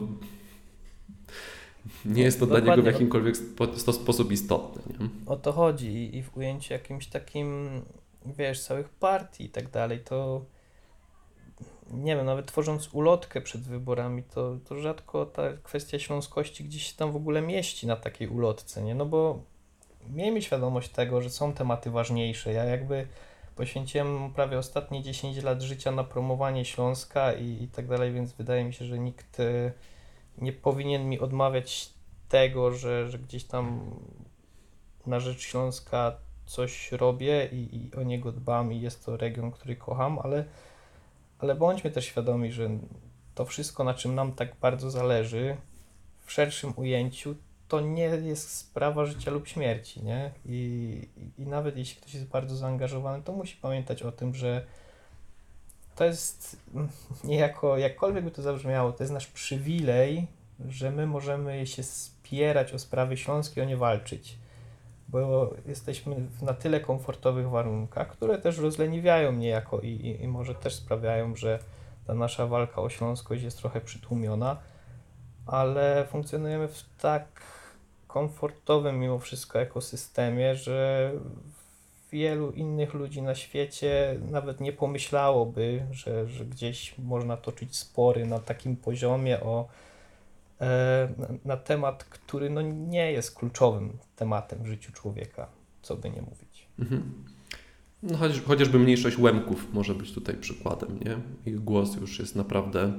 nie jest to dla niego w jakimkolwiek sposób istotne. Nie? O to chodzi i w ujęciu jakimś takim, wiesz, całych partii i tak dalej, to nie wiem, nawet tworząc ulotkę przed wyborami, to rzadko ta kwestia śląskości gdzieś się tam w ogóle mieści na takiej ulotce, nie? No bo miejmy świadomość tego, że są tematy ważniejsze. Ja jakby poświęciłem prawie ostatnie 10 lat życia na promowanie Śląska i tak dalej, więc wydaje mi się, że nikt nie powinien mi odmawiać tego, że gdzieś tam na rzecz Śląska coś robię i o niego dbam i jest to region, który kocham, ale bądźmy też świadomi, że to wszystko, na czym nam tak bardzo zależy, w szerszym ujęciu, to nie jest sprawa życia lub śmierci, nie? I nawet jeśli ktoś jest bardzo zaangażowany, to musi pamiętać o tym, że to jest niejako, jakkolwiek by to zabrzmiało, to jest nasz przywilej, że my możemy się spierać o sprawy śląskie, o nie walczyć, bo jesteśmy w na tyle komfortowych warunkach, które też rozleniwiają niejako i może też sprawiają, że ta nasza walka o śląskość jest trochę przytłumiona, ale funkcjonujemy w tak komfortowym mimo wszystko ekosystemie, że wielu innych ludzi na świecie nawet nie pomyślałoby, że gdzieś można toczyć spory na takim poziomie na temat, który no nie jest kluczowym tematem w życiu człowieka, co by nie mówić. No, chociażby mniejszość Łemków może być tutaj przykładem, nie? Ich głos już jest naprawdę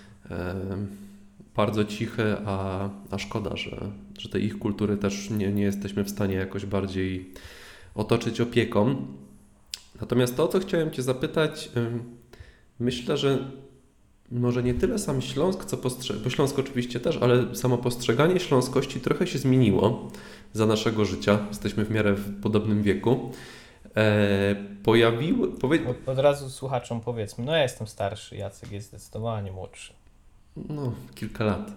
bardzo cichy, a szkoda, że tej ich kultury też nie jesteśmy w stanie jakoś bardziej otoczyć opieką. Natomiast to, o co chciałem Cię zapytać, myślę, że może nie tyle sam Śląsk, co bo Śląsk oczywiście też, ale samo postrzeganie śląskości trochę się zmieniło za naszego życia. Jesteśmy w miarę w podobnym wieku. Od razu słuchaczom powiedzmy, no ja jestem starszy, Jacek jest zdecydowanie młodszy. No, kilka lat.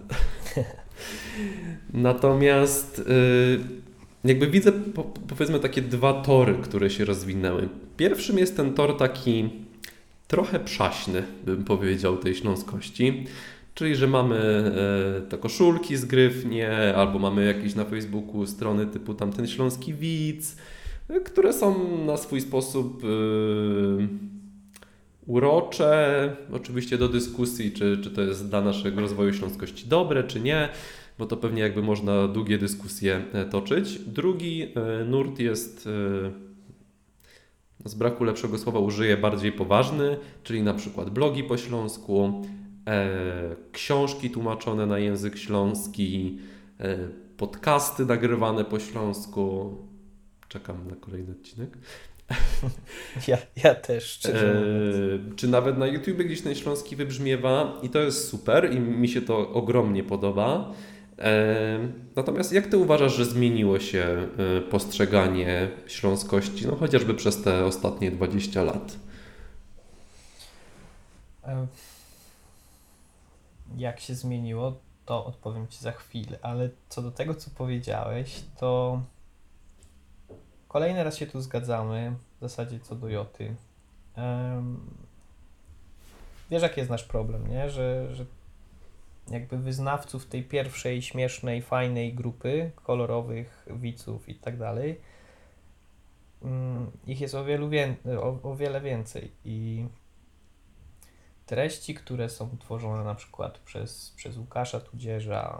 Natomiast jakby widzę powiedzmy takie dwa tory, które się rozwinęły. Pierwszym jest ten tor taki trochę przaśny, bym powiedział, tej śląskości. Czyli, że mamy te koszulki zgryfnie, albo mamy jakieś na Facebooku strony typu tamten Śląski Widz, które są na swój sposób urocze, oczywiście do dyskusji, czy to jest dla naszego rozwoju śląskości dobre, czy nie, bo to pewnie jakby można długie dyskusje toczyć. Drugi nurt jest, z braku lepszego słowa użyję, bardziej poważny, czyli na przykład blogi po śląsku, książki tłumaczone na język śląski, podcasty nagrywane po śląsku. Czekam na kolejny odcinek. Ja też, szczerze mówiąc. Czy nawet na YouTubie gdzieś ten śląski wybrzmiewa i to jest super i mi się to ogromnie podoba. Natomiast jak Ty uważasz, że zmieniło się postrzeganie śląskości, no chociażby przez te ostatnie 20 lat? Jak się zmieniło, to odpowiem Ci za chwilę, ale co do tego, co powiedziałeś, to kolejny raz się tu zgadzamy, w zasadzie co do Joty. Wiesz, jaki jest nasz problem, nie? Że jakby wyznawców tej pierwszej, śmiesznej, fajnej grupy kolorowych widzów i tak dalej, ich jest o wiele więcej i treści, które są tworzone na przykład przez Łukasza Tudzierza,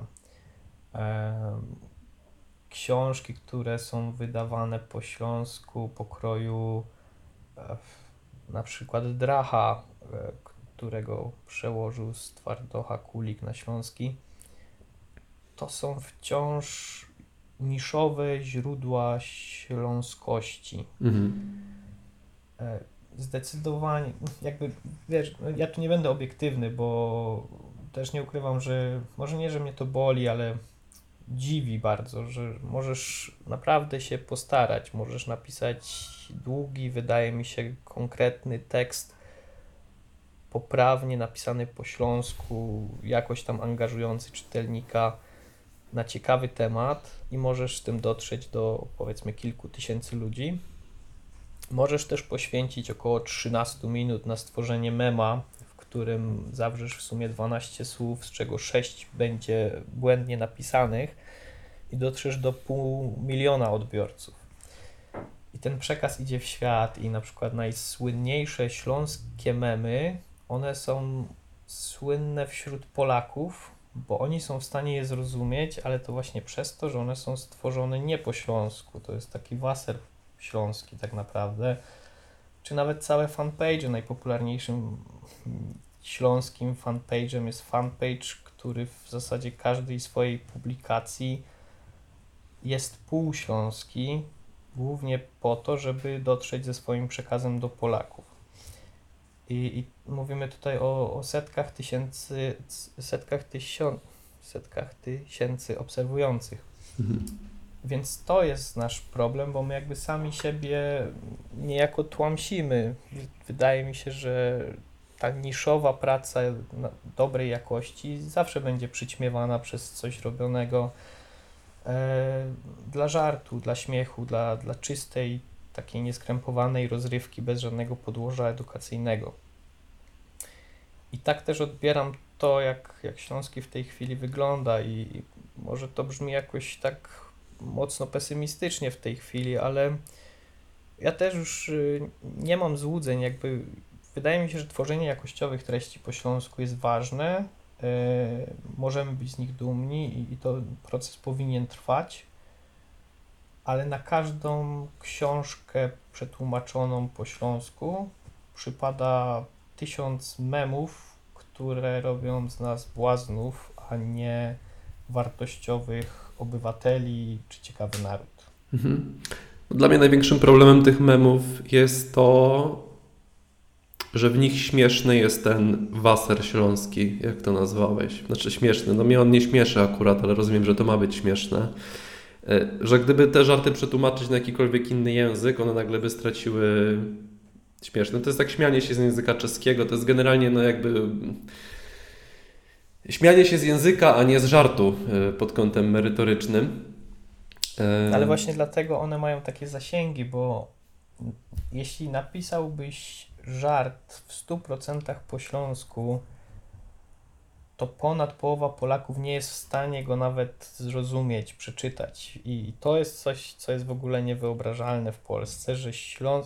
książki, które są wydawane po śląsku, pokroju na przykład Dracha, którego przełożył z Twardocha Kulik na śląski, to są wciąż niszowe źródła śląskości. Zdecydowanie, jakby, wiesz, ja tu nie będę obiektywny, bo też nie ukrywam, że może nie, że mnie to boli, ale dziwi bardzo, że możesz naprawdę się postarać, możesz napisać długi, wydaje mi się, konkretny tekst, poprawnie napisany po śląsku, jakoś tam angażujący czytelnika na ciekawy temat i możesz z tym dotrzeć do, powiedzmy, kilku tysięcy ludzi. Możesz też poświęcić około 13 minut na stworzenie mema, w którym zawrzesz w sumie 12 słów, z czego 6 będzie błędnie napisanych i dotrzesz do 500 000 odbiorców. I ten przekaz idzie w świat i na przykład najsłynniejsze śląskie memy, one są słynne wśród Polaków, bo oni są w stanie je zrozumieć, ale to właśnie przez to, że one są stworzone nie po śląsku. To jest taki waser śląski tak naprawdę, czy nawet całe fanpage. Najpopularniejszym śląskim fanpage'em jest fanpage, który w zasadzie każdej swojej publikacji jest półśląski, głównie po to, żeby dotrzeć ze swoim przekazem do Polaków. I mówimy tutaj o setkach tysięcy obserwujących. Więc to jest nasz problem, bo my jakby sami siebie niejako tłamsimy. Wydaje mi się, że ta niszowa praca dobrej jakości zawsze będzie przyćmiewana przez coś robionego dla żartu, dla śmiechu, dla czystej, takiej nieskrępowanej rozrywki bez żadnego podłoża edukacyjnego. I tak też odbieram to, jak Śląski w tej chwili wygląda i może to brzmi jakoś tak mocno pesymistycznie w tej chwili, ale Ja też już nie mam złudzeń, jakby wydaje mi się, że tworzenie jakościowych treści po śląsku jest ważne. Możemy być z nich dumni i to proces powinien trwać, ale na każdą książkę przetłumaczoną po śląsku przypada 1000 memów, które robią z nas błaznów, a nie wartościowych obywateli czy ciekawy naród. Mhm. Dla mnie największym problemem tych memów jest to, że w nich śmieszny jest ten waser śląski, jak to nazwałeś. Znaczy śmieszny, no mnie on nie śmieszy akurat, ale rozumiem, że to ma być śmieszne. Że gdyby te żarty przetłumaczyć na jakikolwiek inny język, one nagle by straciły śmieszne. To jest tak śmianie się z języka czeskiego, to jest generalnie no jakby śmianie się z języka, a nie z żartu pod kątem merytorycznym. Ale właśnie dlatego one mają takie zasięgi, bo jeśli napisałbyś żart w 100% po śląsku, to ponad połowa Polaków nie jest w stanie go nawet zrozumieć, przeczytać. I to jest coś, co jest w ogóle niewyobrażalne w Polsce, że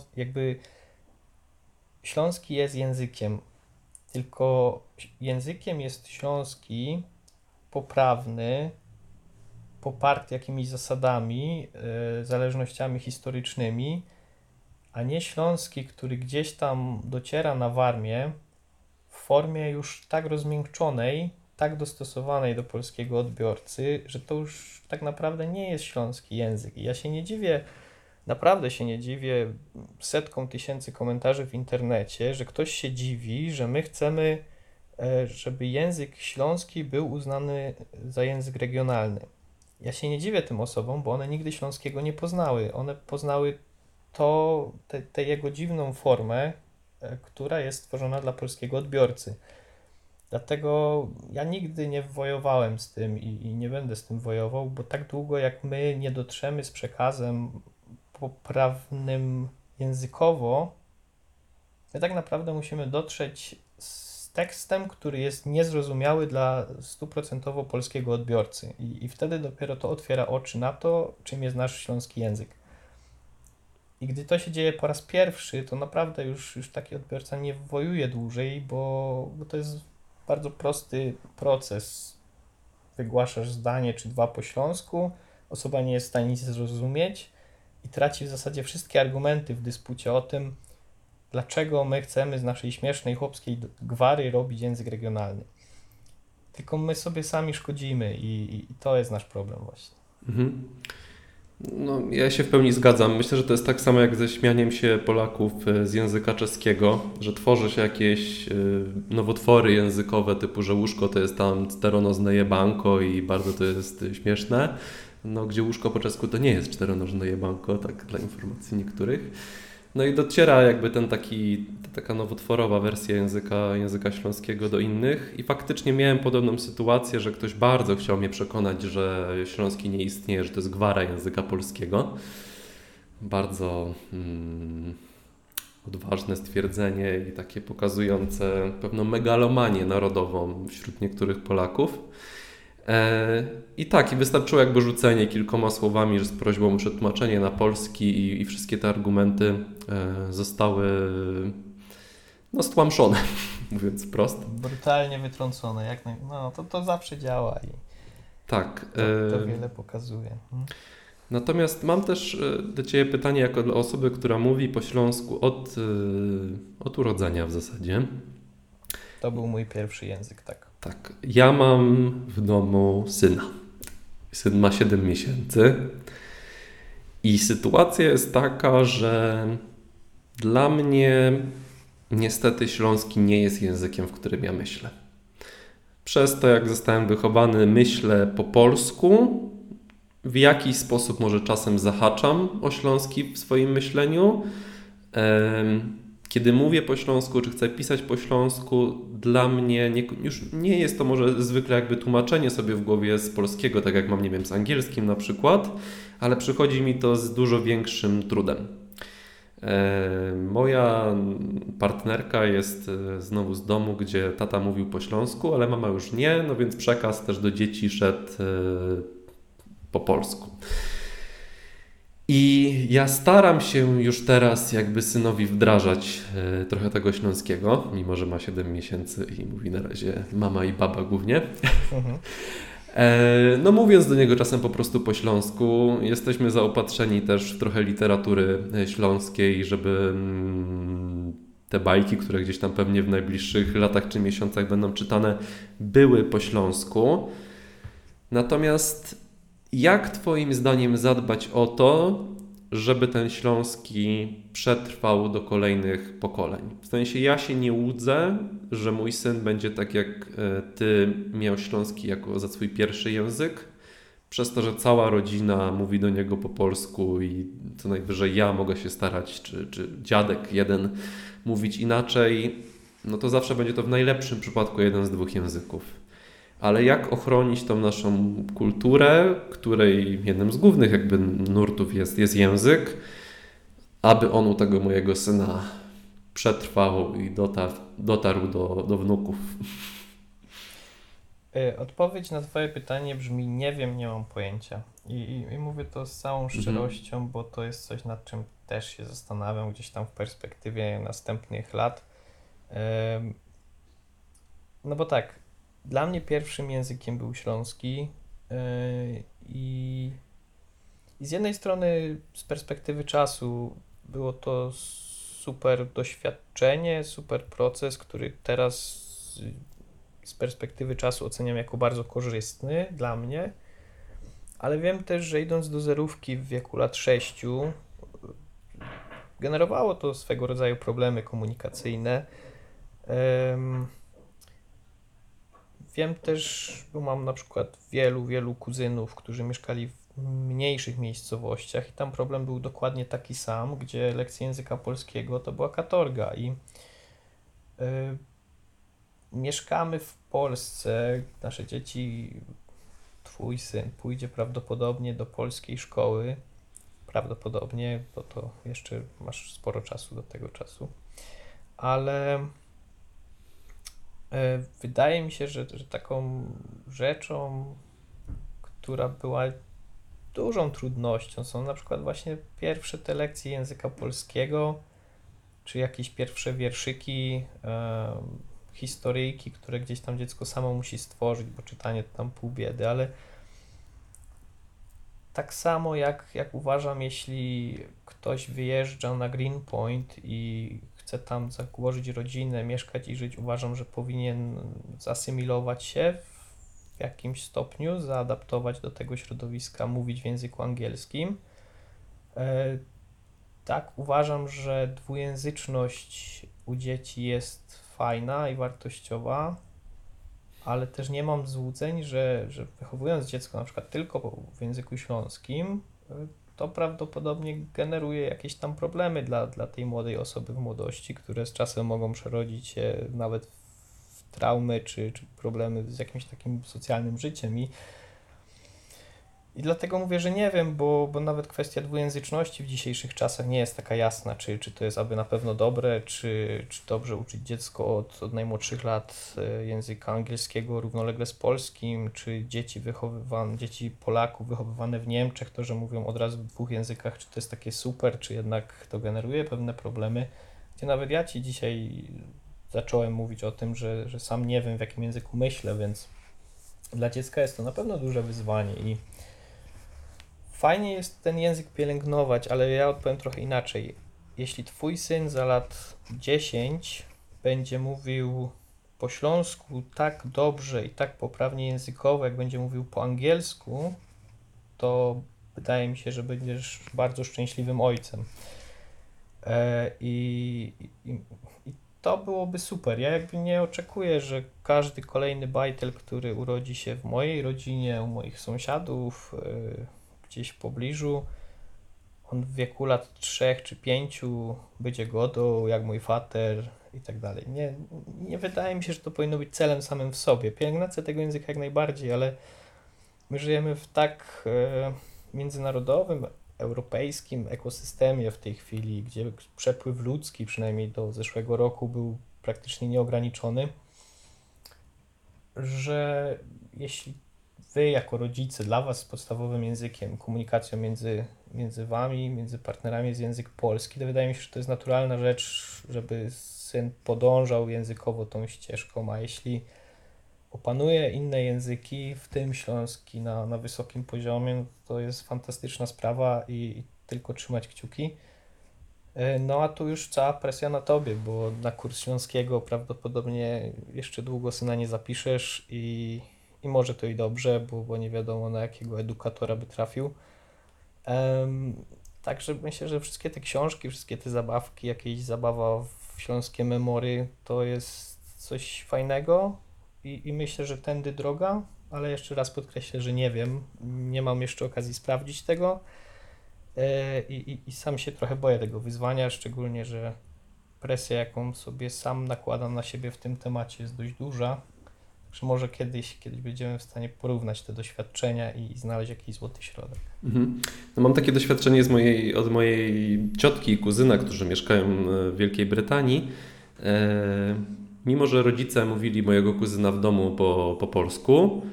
śląski jest językiem, tylko językiem jest śląski poprawny, poparty jakimiś zasadami, zależnościami historycznymi, a nie śląski, który gdzieś tam dociera na Warmię w formie już tak rozmiękczonej, tak dostosowanej do polskiego odbiorcy, że to już tak naprawdę nie jest śląski język. I ja się nie dziwię, naprawdę się nie dziwię setkom tysięcy komentarzy w internecie, że ktoś się dziwi, że my chcemy, żeby język śląski był uznany za język regionalny. Ja się nie dziwię tym osobom, bo one nigdy śląskiego nie poznały. One poznały tę jego dziwną formę, która jest stworzona dla polskiego odbiorcy. Dlatego ja nigdy nie wojowałem z tym i nie będę z tym wojował, bo tak długo jak my nie dotrzemy z przekazem poprawnym językowo, my tak naprawdę musimy dotrzeć z tekstem, który jest niezrozumiały dla 100% polskiego odbiorcy. I wtedy dopiero to otwiera oczy na to, czym jest nasz śląski język. I gdy to się dzieje po raz pierwszy, to naprawdę już taki odbiorca nie wojuje dłużej, bo to jest bardzo prosty proces. Wygłaszasz zdanie czy dwa po śląsku, osoba nie jest w stanie nic zrozumieć i traci w zasadzie wszystkie argumenty w dyspucie o tym, dlaczego my chcemy z naszej śmiesznej chłopskiej gwary robić język regionalny. Tylko my sobie sami szkodzimy i to jest nasz problem właśnie. Mhm. No, ja się w pełni zgadzam. Myślę, że to jest tak samo jak ze śmianiem się Polaków z języka czeskiego, że tworzy się jakieś nowotwory językowe typu, że łóżko to jest tam czteronożne jebanko i bardzo to jest śmieszne. No, gdzie łóżko po czesku to nie jest czteronożne jebanko, tak dla informacji niektórych. No i dociera jakby taka nowotworowa wersja języka śląskiego do innych i faktycznie miałem podobną sytuację, że ktoś bardzo chciał mnie przekonać, że śląski nie istnieje, że to jest gwara języka polskiego. Bardzo odważne stwierdzenie i takie pokazujące pewną megalomanię narodową wśród niektórych Polaków. I tak, i wystarczyło jakby rzucenie kilkoma słowami z prośbą o przetłumaczenie na polski i wszystkie te argumenty zostały stłamszone, mówiąc wprost. Brutalnie wytrącone, to zawsze działa i tak. To wiele pokazuje. Natomiast mam też do Ciebie pytanie jako dla osoby, która mówi po śląsku od urodzenia w zasadzie. To był mój pierwszy język, tak. Tak, ja mam w domu syna. Syn ma 7 miesięcy i sytuacja jest taka, że dla mnie niestety śląski nie jest językiem, w którym ja myślę. Przez to, jak zostałem wychowany, myślę po polsku, w jakiś sposób może czasem zahaczam o śląski w swoim myśleniu. Kiedy mówię po śląsku, czy chcę pisać po śląsku, dla mnie już nie jest to może zwykle jakby tłumaczenie sobie w głowie z polskiego, tak jak mam, nie wiem, z angielskim na przykład, ale przychodzi mi to z dużo większym trudem. Moja partnerka jest znowu z domu, gdzie tata mówił po śląsku, ale mama już nie, no więc przekaz też do dzieci szedł po polsku. I ja staram się już teraz jakby synowi wdrażać trochę tego śląskiego, mimo że ma 7 miesięcy i mówi na razie mama i baba głównie. Mhm. No mówiąc do niego czasem po prostu po śląsku, jesteśmy zaopatrzeni też w trochę literatury śląskiej, żeby te bajki, które gdzieś tam pewnie w najbliższych latach czy miesiącach będą czytane, były po śląsku. Natomiast jak Twoim zdaniem zadbać o to, żeby ten śląski przetrwał do kolejnych pokoleń? W sensie ja się nie łudzę, że mój syn będzie tak jak Ty miał śląski jako za swój pierwszy język, przez to, że cała rodzina mówi do niego po polsku i co najwyżej ja mogę się starać, czy dziadek jeden mówić inaczej, no to zawsze będzie to w najlepszym przypadku jeden z 2 języków. Ale jak ochronić tą naszą kulturę, której jednym z głównych jakby nurtów jest język, aby on u tego mojego syna przetrwał i dotarł do wnuków. Odpowiedź na Twoje pytanie brzmi: nie wiem, nie mam pojęcia. I mówię to z całą szczerością, bo to jest coś, nad czym też się zastanawiam gdzieś tam w perspektywie następnych lat. No bo tak, dla mnie pierwszym językiem był śląski i z jednej strony z perspektywy czasu było to super doświadczenie, super proces, który teraz z perspektywy czasu oceniam jako bardzo korzystny dla mnie, ale wiem też, że idąc do zerówki w wieku lat 6, generowało to swego rodzaju problemy komunikacyjne. Wiem też, bo mam na przykład wielu kuzynów, którzy mieszkali w mniejszych miejscowościach i tam problem był dokładnie taki sam, gdzie lekcja języka polskiego to była katorga i mieszkamy w Polsce, nasze dzieci, twój syn pójdzie prawdopodobnie do polskiej szkoły, prawdopodobnie, bo to jeszcze masz sporo czasu do tego czasu, ale wydaje mi się, że taką rzeczą, która była dużą trudnością, są na przykład właśnie pierwsze te lekcje języka polskiego, czy jakieś pierwsze wierszyki, historyjki, które gdzieś tam dziecko samo musi stworzyć, bo czytanie to tam pół biedy, ale tak samo jak uważam, jeśli ktoś wyjeżdża na Greenpoint i chce tam założyć rodzinę, mieszkać i żyć, uważam, że powinien zasymilować się w jakimś stopniu, zaadaptować do tego środowiska, mówić w języku angielskim. Tak, uważam, że dwujęzyczność u dzieci jest fajna i wartościowa, ale też nie mam złudzeń, że wychowując dziecko na przykład tylko w języku śląskim, to prawdopodobnie generuje jakieś tam problemy dla tej młodej osoby w młodości, które z czasem mogą przerodzić się nawet w traumy czy problemy z jakimś takim socjalnym życiem. I dlatego mówię, że nie wiem, bo nawet kwestia dwujęzyczności w dzisiejszych czasach nie jest taka jasna, czy to jest aby na pewno dobre, czy dobrze uczyć dziecko od najmłodszych lat języka angielskiego równolegle z polskim, czy dzieci Polaków wychowywane w Niemczech, to, że mówią od razu w 2 językach, czy to jest takie super, czy jednak to generuje pewne problemy, gdzie nawet ja Ci dzisiaj zacząłem mówić o tym, że sam nie wiem, w jakim języku myślę, więc dla dziecka jest to na pewno duże wyzwanie i fajnie jest ten język pielęgnować, ale ja odpowiem trochę inaczej. Jeśli Twój syn za lat 10 będzie mówił po śląsku tak dobrze i tak poprawnie językowo, jak będzie mówił po angielsku, to wydaje mi się, że będziesz bardzo szczęśliwym ojcem. I to byłoby super. Ja jakby nie oczekuję, że każdy kolejny bajtel, który urodzi się w mojej rodzinie, u moich sąsiadów, gdzieś w pobliżu, on w wieku lat 3 czy 5 będzie godą, jak mój fater i tak dalej. Nie wydaje mi się, że to powinno być celem samym w sobie. Pielęgnacja tego języka jak najbardziej, ale my żyjemy w tak międzynarodowym, europejskim ekosystemie w tej chwili, gdzie przepływ ludzki, przynajmniej do zeszłego roku, był praktycznie nieograniczony, że jeśli Wy jako rodzice, dla Was podstawowym językiem, komunikacją między między wami, między partnerami jest język polski, to wydaje mi się, że to jest naturalna rzecz, żeby syn podążał językowo tą ścieżką, a jeśli opanuje inne języki, w tym śląski na wysokim poziomie, no to jest fantastyczna sprawa i tylko trzymać kciuki. No a tu już cała presja na tobie, bo na kurs śląskiego prawdopodobnie jeszcze długo syna nie zapiszesz i może to i dobrze, bo nie wiadomo na jakiego edukatora by trafił. Em, Także myślę, że wszystkie te książki, wszystkie te zabawki, jakieś zabawa w śląskie memory to jest coś fajnego i myślę, że tędy droga, ale jeszcze raz podkreślę, że nie wiem, nie mam jeszcze okazji sprawdzić tego. I sam się trochę boję tego wyzwania, szczególnie, że presja, jaką sobie sam nakładam na siebie w tym temacie jest dość duża. Także może kiedyś będziemy w stanie porównać te doświadczenia i znaleźć jakiś złoty środek. Mhm. No mam takie doświadczenie od mojej ciotki i kuzyna, którzy mieszkają w Wielkiej Brytanii. Mimo że rodzice mówili mojego kuzyna w domu po polsku,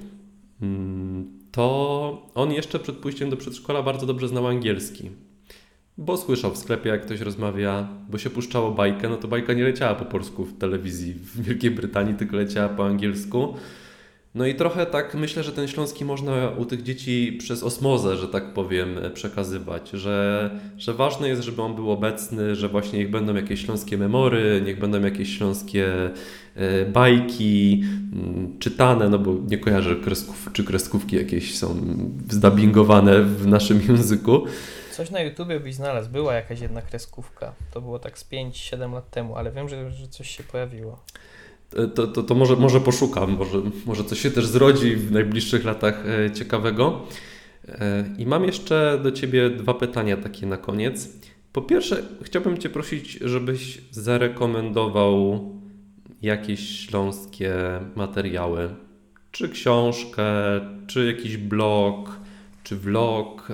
to on jeszcze przed pójściem do przedszkola bardzo dobrze znał angielski. Bo słyszał w sklepie, jak ktoś rozmawia, bo się puszczało bajkę, no to bajka nie leciała po polsku w telewizji w Wielkiej Brytanii, tylko leciała po angielsku. No i trochę tak myślę, że ten śląski można u tych dzieci przez osmozę, że tak powiem, przekazywać, że ważne jest, żeby on był obecny, że właśnie niech będą jakieś śląskie memory, niech będą jakieś śląskie bajki czytane, no bo nie kojarzę czy kreskówki jakieś są zdubbingowane w naszym języku. Coś na YouTubie byś znalazł, była jakaś jedna kreskówka, to było tak z 5-7 lat temu, ale wiem, że coś się pojawiło. To może poszukam, może coś się też zrodzi w najbliższych latach ciekawego. I mam jeszcze do Ciebie 2 pytania takie na koniec. Po pierwsze, chciałbym Cię prosić, żebyś zarekomendował jakieś śląskie materiały. Czy książkę, czy jakiś blog, czy vlog.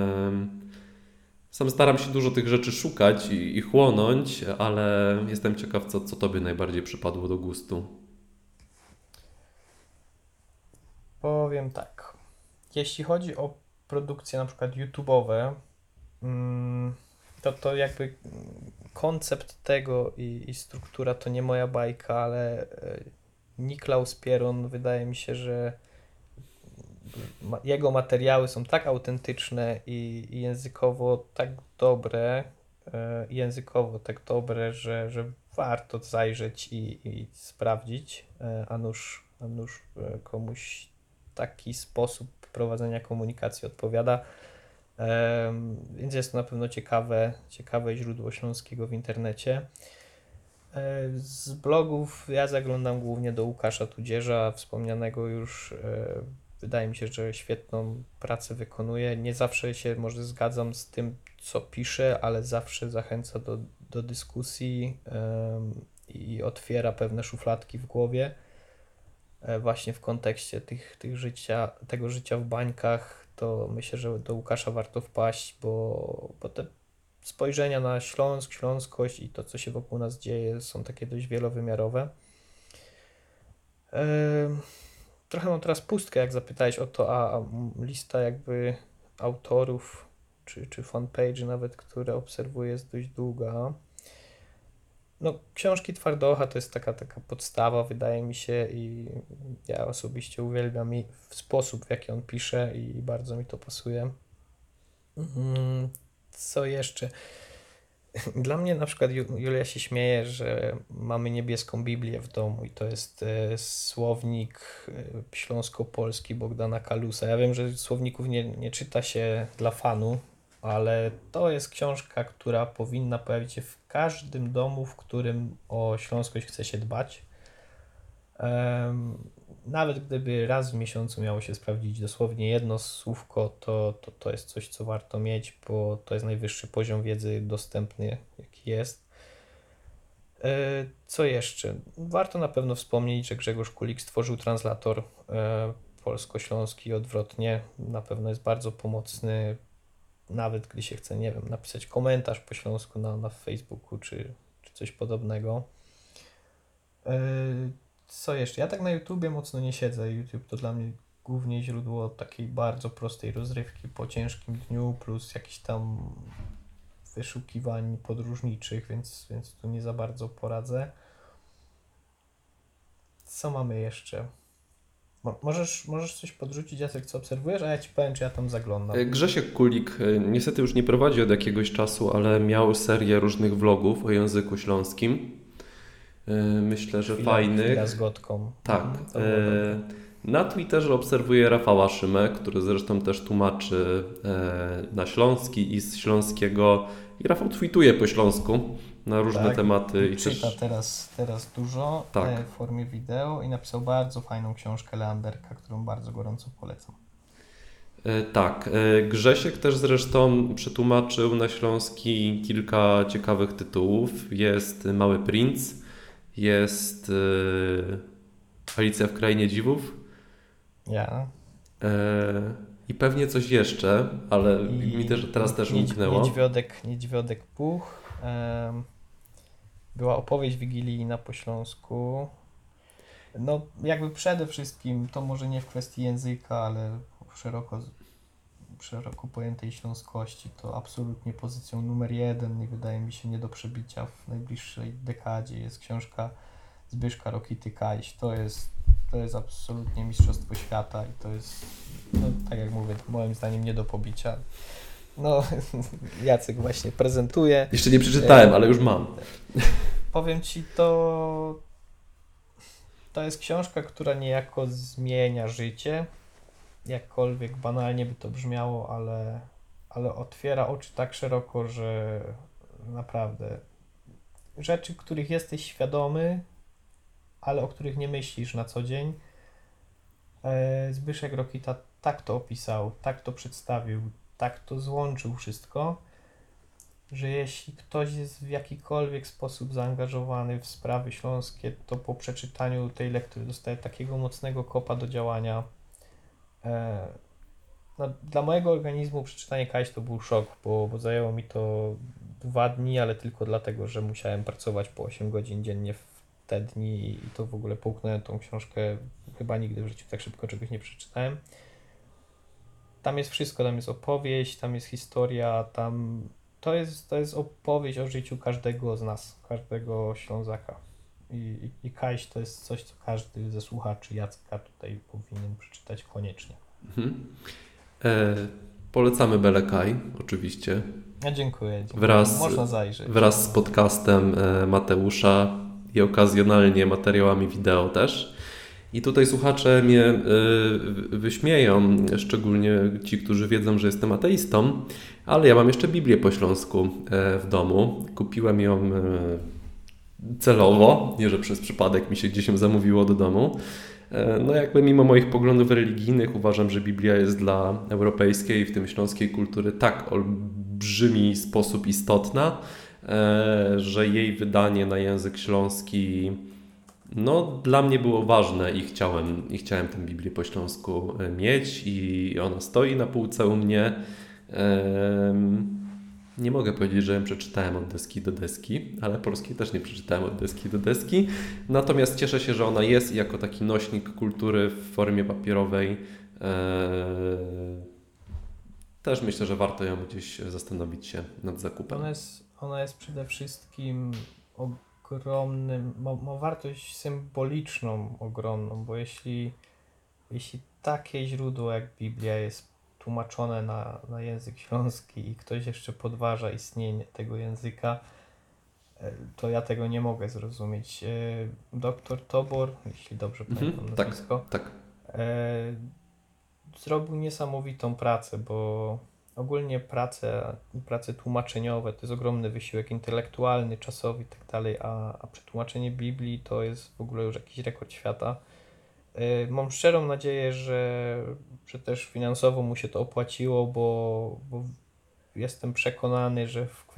Sam staram się dużo tych rzeczy szukać i chłonąć, ale jestem ciekaw, co Tobie najbardziej przypadło do gustu. Powiem tak, jeśli chodzi o produkcje na przykład YouTube'owe, to jakby koncept tego i struktura to nie moja bajka, ale Niklaus Pieron wydaje mi się, że jego materiały są tak autentyczne i językowo tak dobre, że warto zajrzeć i sprawdzić, a nuż komuś taki sposób prowadzenia komunikacji odpowiada. Więc jest to na pewno ciekawe źródło śląskiego w internecie. Z blogów ja zaglądam głównie do Łukasza Tudzierza, wspomnianego już. Wydaje mi się, że świetną pracę wykonuje. Nie zawsze się może zgadzam z tym, co pisze, ale zawsze zachęca do dyskusji i otwiera pewne szufladki w głowie. Właśnie w kontekście tego życia w bańkach, to myślę, że do Łukasza warto wpaść, bo te spojrzenia na Śląsk, śląskość i to, co się wokół nas dzieje, są takie dość wielowymiarowe. Trochę mam teraz pustkę, jak zapytałeś o to, a lista jakby autorów czy fanpage nawet, które obserwuję, jest dość długa. No, książki Twardocha to jest taka podstawa, wydaje mi się, i ja osobiście uwielbiam w sposób, w jaki on pisze i bardzo mi to pasuje. Co jeszcze? Dla mnie na przykład Julia się śmieje, że mamy niebieską Biblię w domu i to jest słownik śląsko-polski Bogdana Kalusa. Ja wiem, że słowników nie czyta się dla fanu, ale to jest książka, która powinna pojawić się w każdym domu, w którym o śląskość chce się dbać. Nawet gdyby raz w miesiącu miało się sprawdzić dosłownie jedno słówko, to jest coś, co warto mieć, bo to jest najwyższy poziom wiedzy dostępny, jaki jest. Co jeszcze? Warto na pewno wspomnieć, że Grzegorz Kulik stworzył translator polsko-śląski i odwrotnie. Na pewno jest bardzo pomocny, nawet gdy się chce, nie wiem, napisać komentarz po śląsku na Facebooku czy coś podobnego. Co jeszcze? Ja tak na YouTubie mocno nie siedzę. YouTube to dla mnie głównie źródło takiej bardzo prostej rozrywki po ciężkim dniu, plus jakichś tam wyszukiwań podróżniczych, więc tu nie za bardzo poradzę. Co mamy jeszcze? Możesz coś podrzucić, Jacek, co obserwujesz, a ja ci powiem, czy ja tam zaglądam. Grzesiek Kulik niestety już nie prowadzi od jakiegoś czasu, ale miał serię różnych vlogów o języku śląskim. Myślę, że fajnych. Chwila z Gotką. Tak. To było dobre. Na Twitterze obserwuję Rafała Szymę, który zresztą też tłumaczy na śląski i z śląskiego. I Rafał tweetuje po śląsku na różne Tak. tematy. I Czyta też... teraz dużo Tak. w formie wideo i napisał bardzo fajną książkę Leanderka, którą bardzo gorąco polecam. Tak, Grzesiek też zresztą przetłumaczył na śląski kilka ciekawych tytułów. Jest Mały Princ, jest Alicja w Krainie Dziwów Ja. i pewnie coś jeszcze, ale mi też, teraz też umknęło. Niedźwiodek Puch. Była opowieść wigilijna po śląsku. No, jakby przede wszystkim, to może nie w kwestii języka, ale szeroko pojętej śląskości, to absolutnie pozycją numer 1 i wydaje mi się nie do przebicia w najbliższej dekadzie jest książka Zbyszka Rokity-Kaiś. To jest absolutnie mistrzostwo świata i to jest, no, tak jak mówię, moim zdaniem nie do pobicia. No, Jacek właśnie prezentuje. Jeszcze nie przeczytałem, ale już mam. Powiem Ci, to jest książka, która niejako zmienia życie, jakkolwiek banalnie by to brzmiało, ale otwiera oczy tak szeroko, że naprawdę rzeczy, których jesteś świadomy, ale o których nie myślisz na co dzień. Zbyszek Rokita tak to opisał, tak to przedstawił, tak to złączył wszystko, że jeśli ktoś jest w jakikolwiek sposób zaangażowany w sprawy śląskie, to po przeczytaniu tej lektury dostaje takiego mocnego kopa do działania. No, dla mojego organizmu przeczytanie Kaiś to był szok, bo zajęło mi to 2 dni, ale tylko dlatego, że musiałem pracować po 8 godzin dziennie w te dni i to w ogóle połknąłem tą książkę. Chyba nigdy w życiu tak szybko czegoś nie przeczytałem. Tam jest wszystko, tam jest opowieść, tam jest historia, to jest opowieść o życiu każdego z nas, każdego Ślązaka. I Kaiś to jest coś, co każdy ze słuchaczy Jacka tutaj powinien przeczytać koniecznie. Mhm. Polecamy Belekaj, oczywiście. Ja dziękuję. Można zajrzeć. Wraz z podcastem Mateusza i okazjonalnie materiałami wideo też. I tutaj słuchacze mnie wyśmieją, szczególnie ci, którzy wiedzą, że jestem ateistą, ale ja mam jeszcze Biblię po śląsku w domu. Kupiłem ją celowo, nie że przez przypadek mi się gdzieś ją zamówiło do domu. No jakby mimo moich poglądów religijnych uważam, że Biblia jest dla europejskiej, w tym śląskiej kultury tak olbrzymi sposób istotna, że jej wydanie na język śląski no dla mnie było ważne i chciałem tę Biblię po śląsku mieć i ona stoi na półce u mnie. Nie mogę powiedzieć, że ją przeczytałem od deski do deski, ale polskiej też nie przeczytałem od deski do deski. Natomiast cieszę się, że ona jest jako taki nośnik kultury w formie papierowej. Też myślę, że warto ją gdzieś zastanowić się nad zakupem. Ona jest przede wszystkim ogromnym, ma wartość symboliczną ogromną, bo jeśli takie źródło jak Biblia jest tłumaczone na język śląski i ktoś jeszcze podważa istnienie tego języka, to ja tego nie mogę zrozumieć. Doktor Tobor, jeśli dobrze pamiętam nazwisko, tak. Zrobił niesamowitą pracę, bo ogólnie prace tłumaczeniowe to jest ogromny wysiłek intelektualny, czasowy i tak dalej, a przetłumaczenie Biblii to jest w ogóle już jakiś rekord świata. Mam szczerą nadzieję, że też finansowo mu się to opłaciło, bo jestem przekonany, że w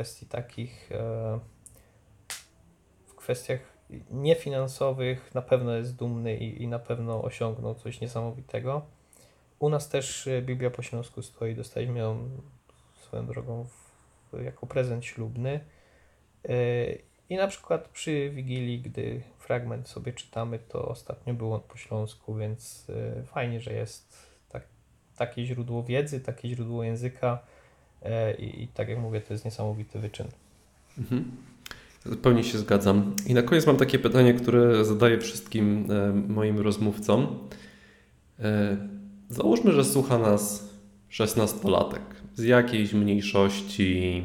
kwestiach niefinansowych na pewno jest dumny i na pewno osiągnął coś niesamowitego. U nas też Biblia po śląsku stoi, dostaliśmy ją swoją drogą jako prezent ślubny I na przykład przy Wigilii, gdy fragment sobie czytamy, to ostatnio był on po śląsku, więc fajnie, że jest takie źródło wiedzy, takie źródło języka i tak jak mówię, to jest niesamowity wyczyn. Mhm. Zupełnie się zgadzam. I na koniec mam takie pytanie, które zadaję wszystkim moim rozmówcom. Załóżmy, że słucha nas 16-latek z jakiejś mniejszości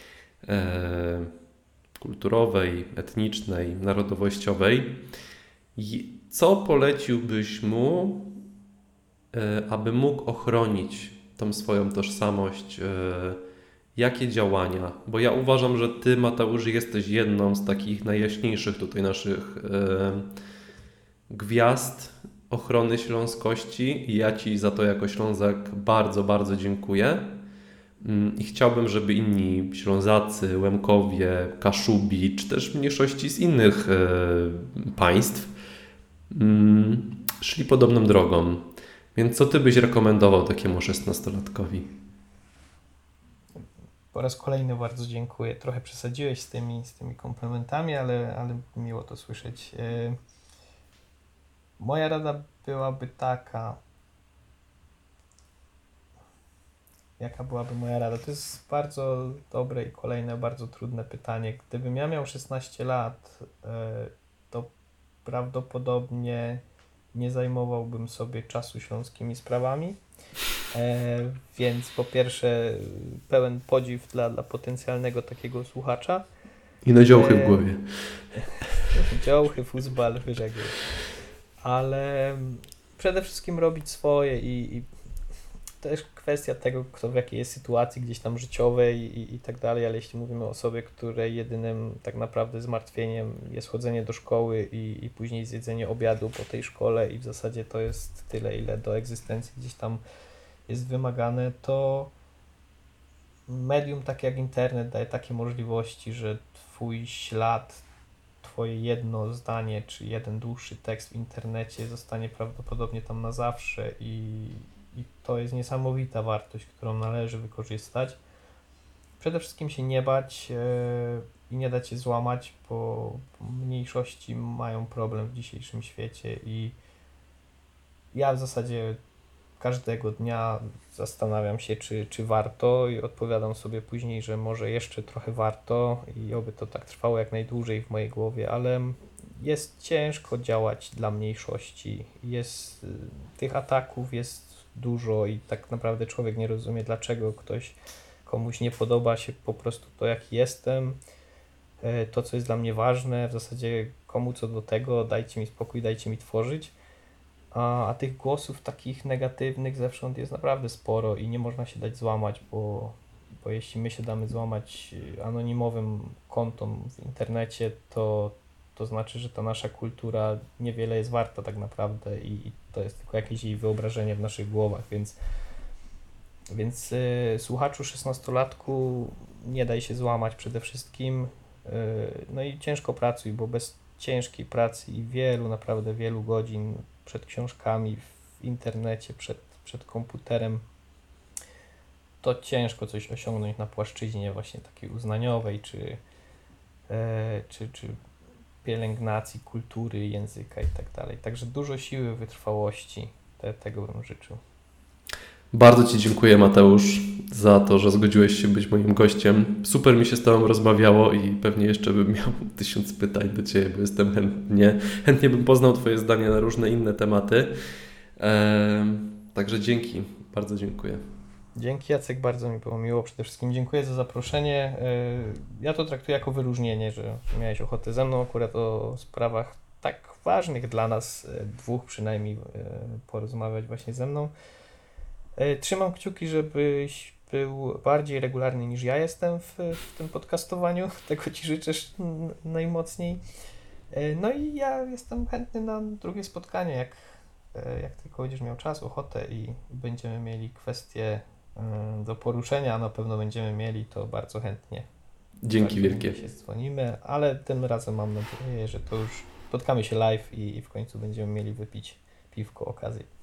kulturowej, etnicznej, narodowościowej. Co poleciłbyś mu, aby mógł ochronić tą swoją tożsamość? Jakie działania? Bo ja uważam, że Ty, Mateusz, jesteś jedną z takich najjaśniejszych tutaj naszych gwiazd ochrony śląskości i ja Ci za to jako Ślązak bardzo, bardzo dziękuję. I chciałbym, żeby inni Ślązacy, Łemkowie, Kaszubi, czy też mniejszości z innych państw szli podobną drogą. Więc co Ty byś rekomendował takiemu 16-latkowi? Po raz kolejny bardzo dziękuję. Trochę przesadziłeś z tymi komplementami, ale miło to słyszeć. Moja rada byłaby taka. Jaka byłaby moja rada? To jest bardzo dobre i kolejne bardzo trudne pytanie. Gdybym ja miał 16 lat, to prawdopodobnie nie zajmowałbym sobie czasu śląskimi sprawami. Więc po pierwsze pełen podziw dla potencjalnego takiego słuchacza. I na dziołchy w głowie. Dziołchy, fuzbal, wyżegły. Ale przede wszystkim robić swoje i też kwestia tego, kto w jakiej jest sytuacji gdzieś tam życiowej i tak dalej, ale jeśli mówimy o osobie, której jedynym tak naprawdę zmartwieniem jest chodzenie do szkoły i później zjedzenie obiadu po tej szkole i w zasadzie to jest tyle, ile do egzystencji gdzieś tam jest wymagane, to medium takie jak internet daje takie możliwości, że Twój ślad, Twoje jedno zdanie czy jeden dłuższy tekst w internecie zostanie prawdopodobnie tam na zawsze i to jest niesamowita wartość, którą należy wykorzystać. Przede wszystkim się nie bać i nie dać się złamać, bo mniejszości mają problem w dzisiejszym świecie i ja w zasadzie każdego dnia zastanawiam się, czy warto i odpowiadam sobie później, że może jeszcze trochę warto i oby to tak trwało jak najdłużej w mojej głowie, ale jest ciężko działać dla mniejszości. Tych ataków jest dużo i tak naprawdę człowiek nie rozumie, dlaczego komuś nie podoba się po prostu to, jaki jestem, to, co jest dla mnie ważne, w zasadzie komu co do tego, dajcie mi spokój, dajcie mi tworzyć. A tych głosów takich negatywnych zewsząd jest naprawdę sporo i nie można się dać złamać, bo jeśli my się damy złamać anonimowym kontom w internecie, to znaczy, że ta nasza kultura niewiele jest warta tak naprawdę i to jest tylko jakieś jej wyobrażenie w naszych głowach, więc słuchaczu 16-latku nie daj się złamać przede wszystkim, no i ciężko pracuj, bo bez ciężkiej pracy i naprawdę wielu godzin przed książkami, w internecie, przed komputerem, to ciężko coś osiągnąć na płaszczyźnie właśnie takiej uznaniowej, czy pielęgnacji kultury, języka i tak dalej. Także dużo siły, wytrwałości, tego bym życzył. Bardzo Ci dziękuję, Mateusz, za to, że zgodziłeś się być moim gościem. Super mi się z Tobą rozmawiało i pewnie jeszcze bym miał 1000 pytań do Ciebie, bo jestem chętnie bym poznał Twoje zdanie na różne inne tematy. Także dzięki, bardzo dziękuję. Dzięki, Jacek, bardzo mi było miło. Przede wszystkim dziękuję za zaproszenie. Ja to traktuję jako wyróżnienie, że miałeś ochotę ze mną akurat o sprawach tak ważnych dla nas dwóch przynajmniej porozmawiać właśnie ze mną. Trzymam kciuki, żebyś był bardziej regularny niż ja jestem w tym podcastowaniu. Tego Ci życzę najmocniej. No i ja jestem chętny na drugie spotkanie, jak tylko będziesz miał czas, ochotę i będziemy mieli kwestie do poruszenia, a na pewno będziemy mieli, to bardzo chętnie. Dzięki wielkie. Się dzwonimy, ale tym razem mam nadzieję, że to już spotkamy się live i w końcu będziemy mieli wypić piwko okazję.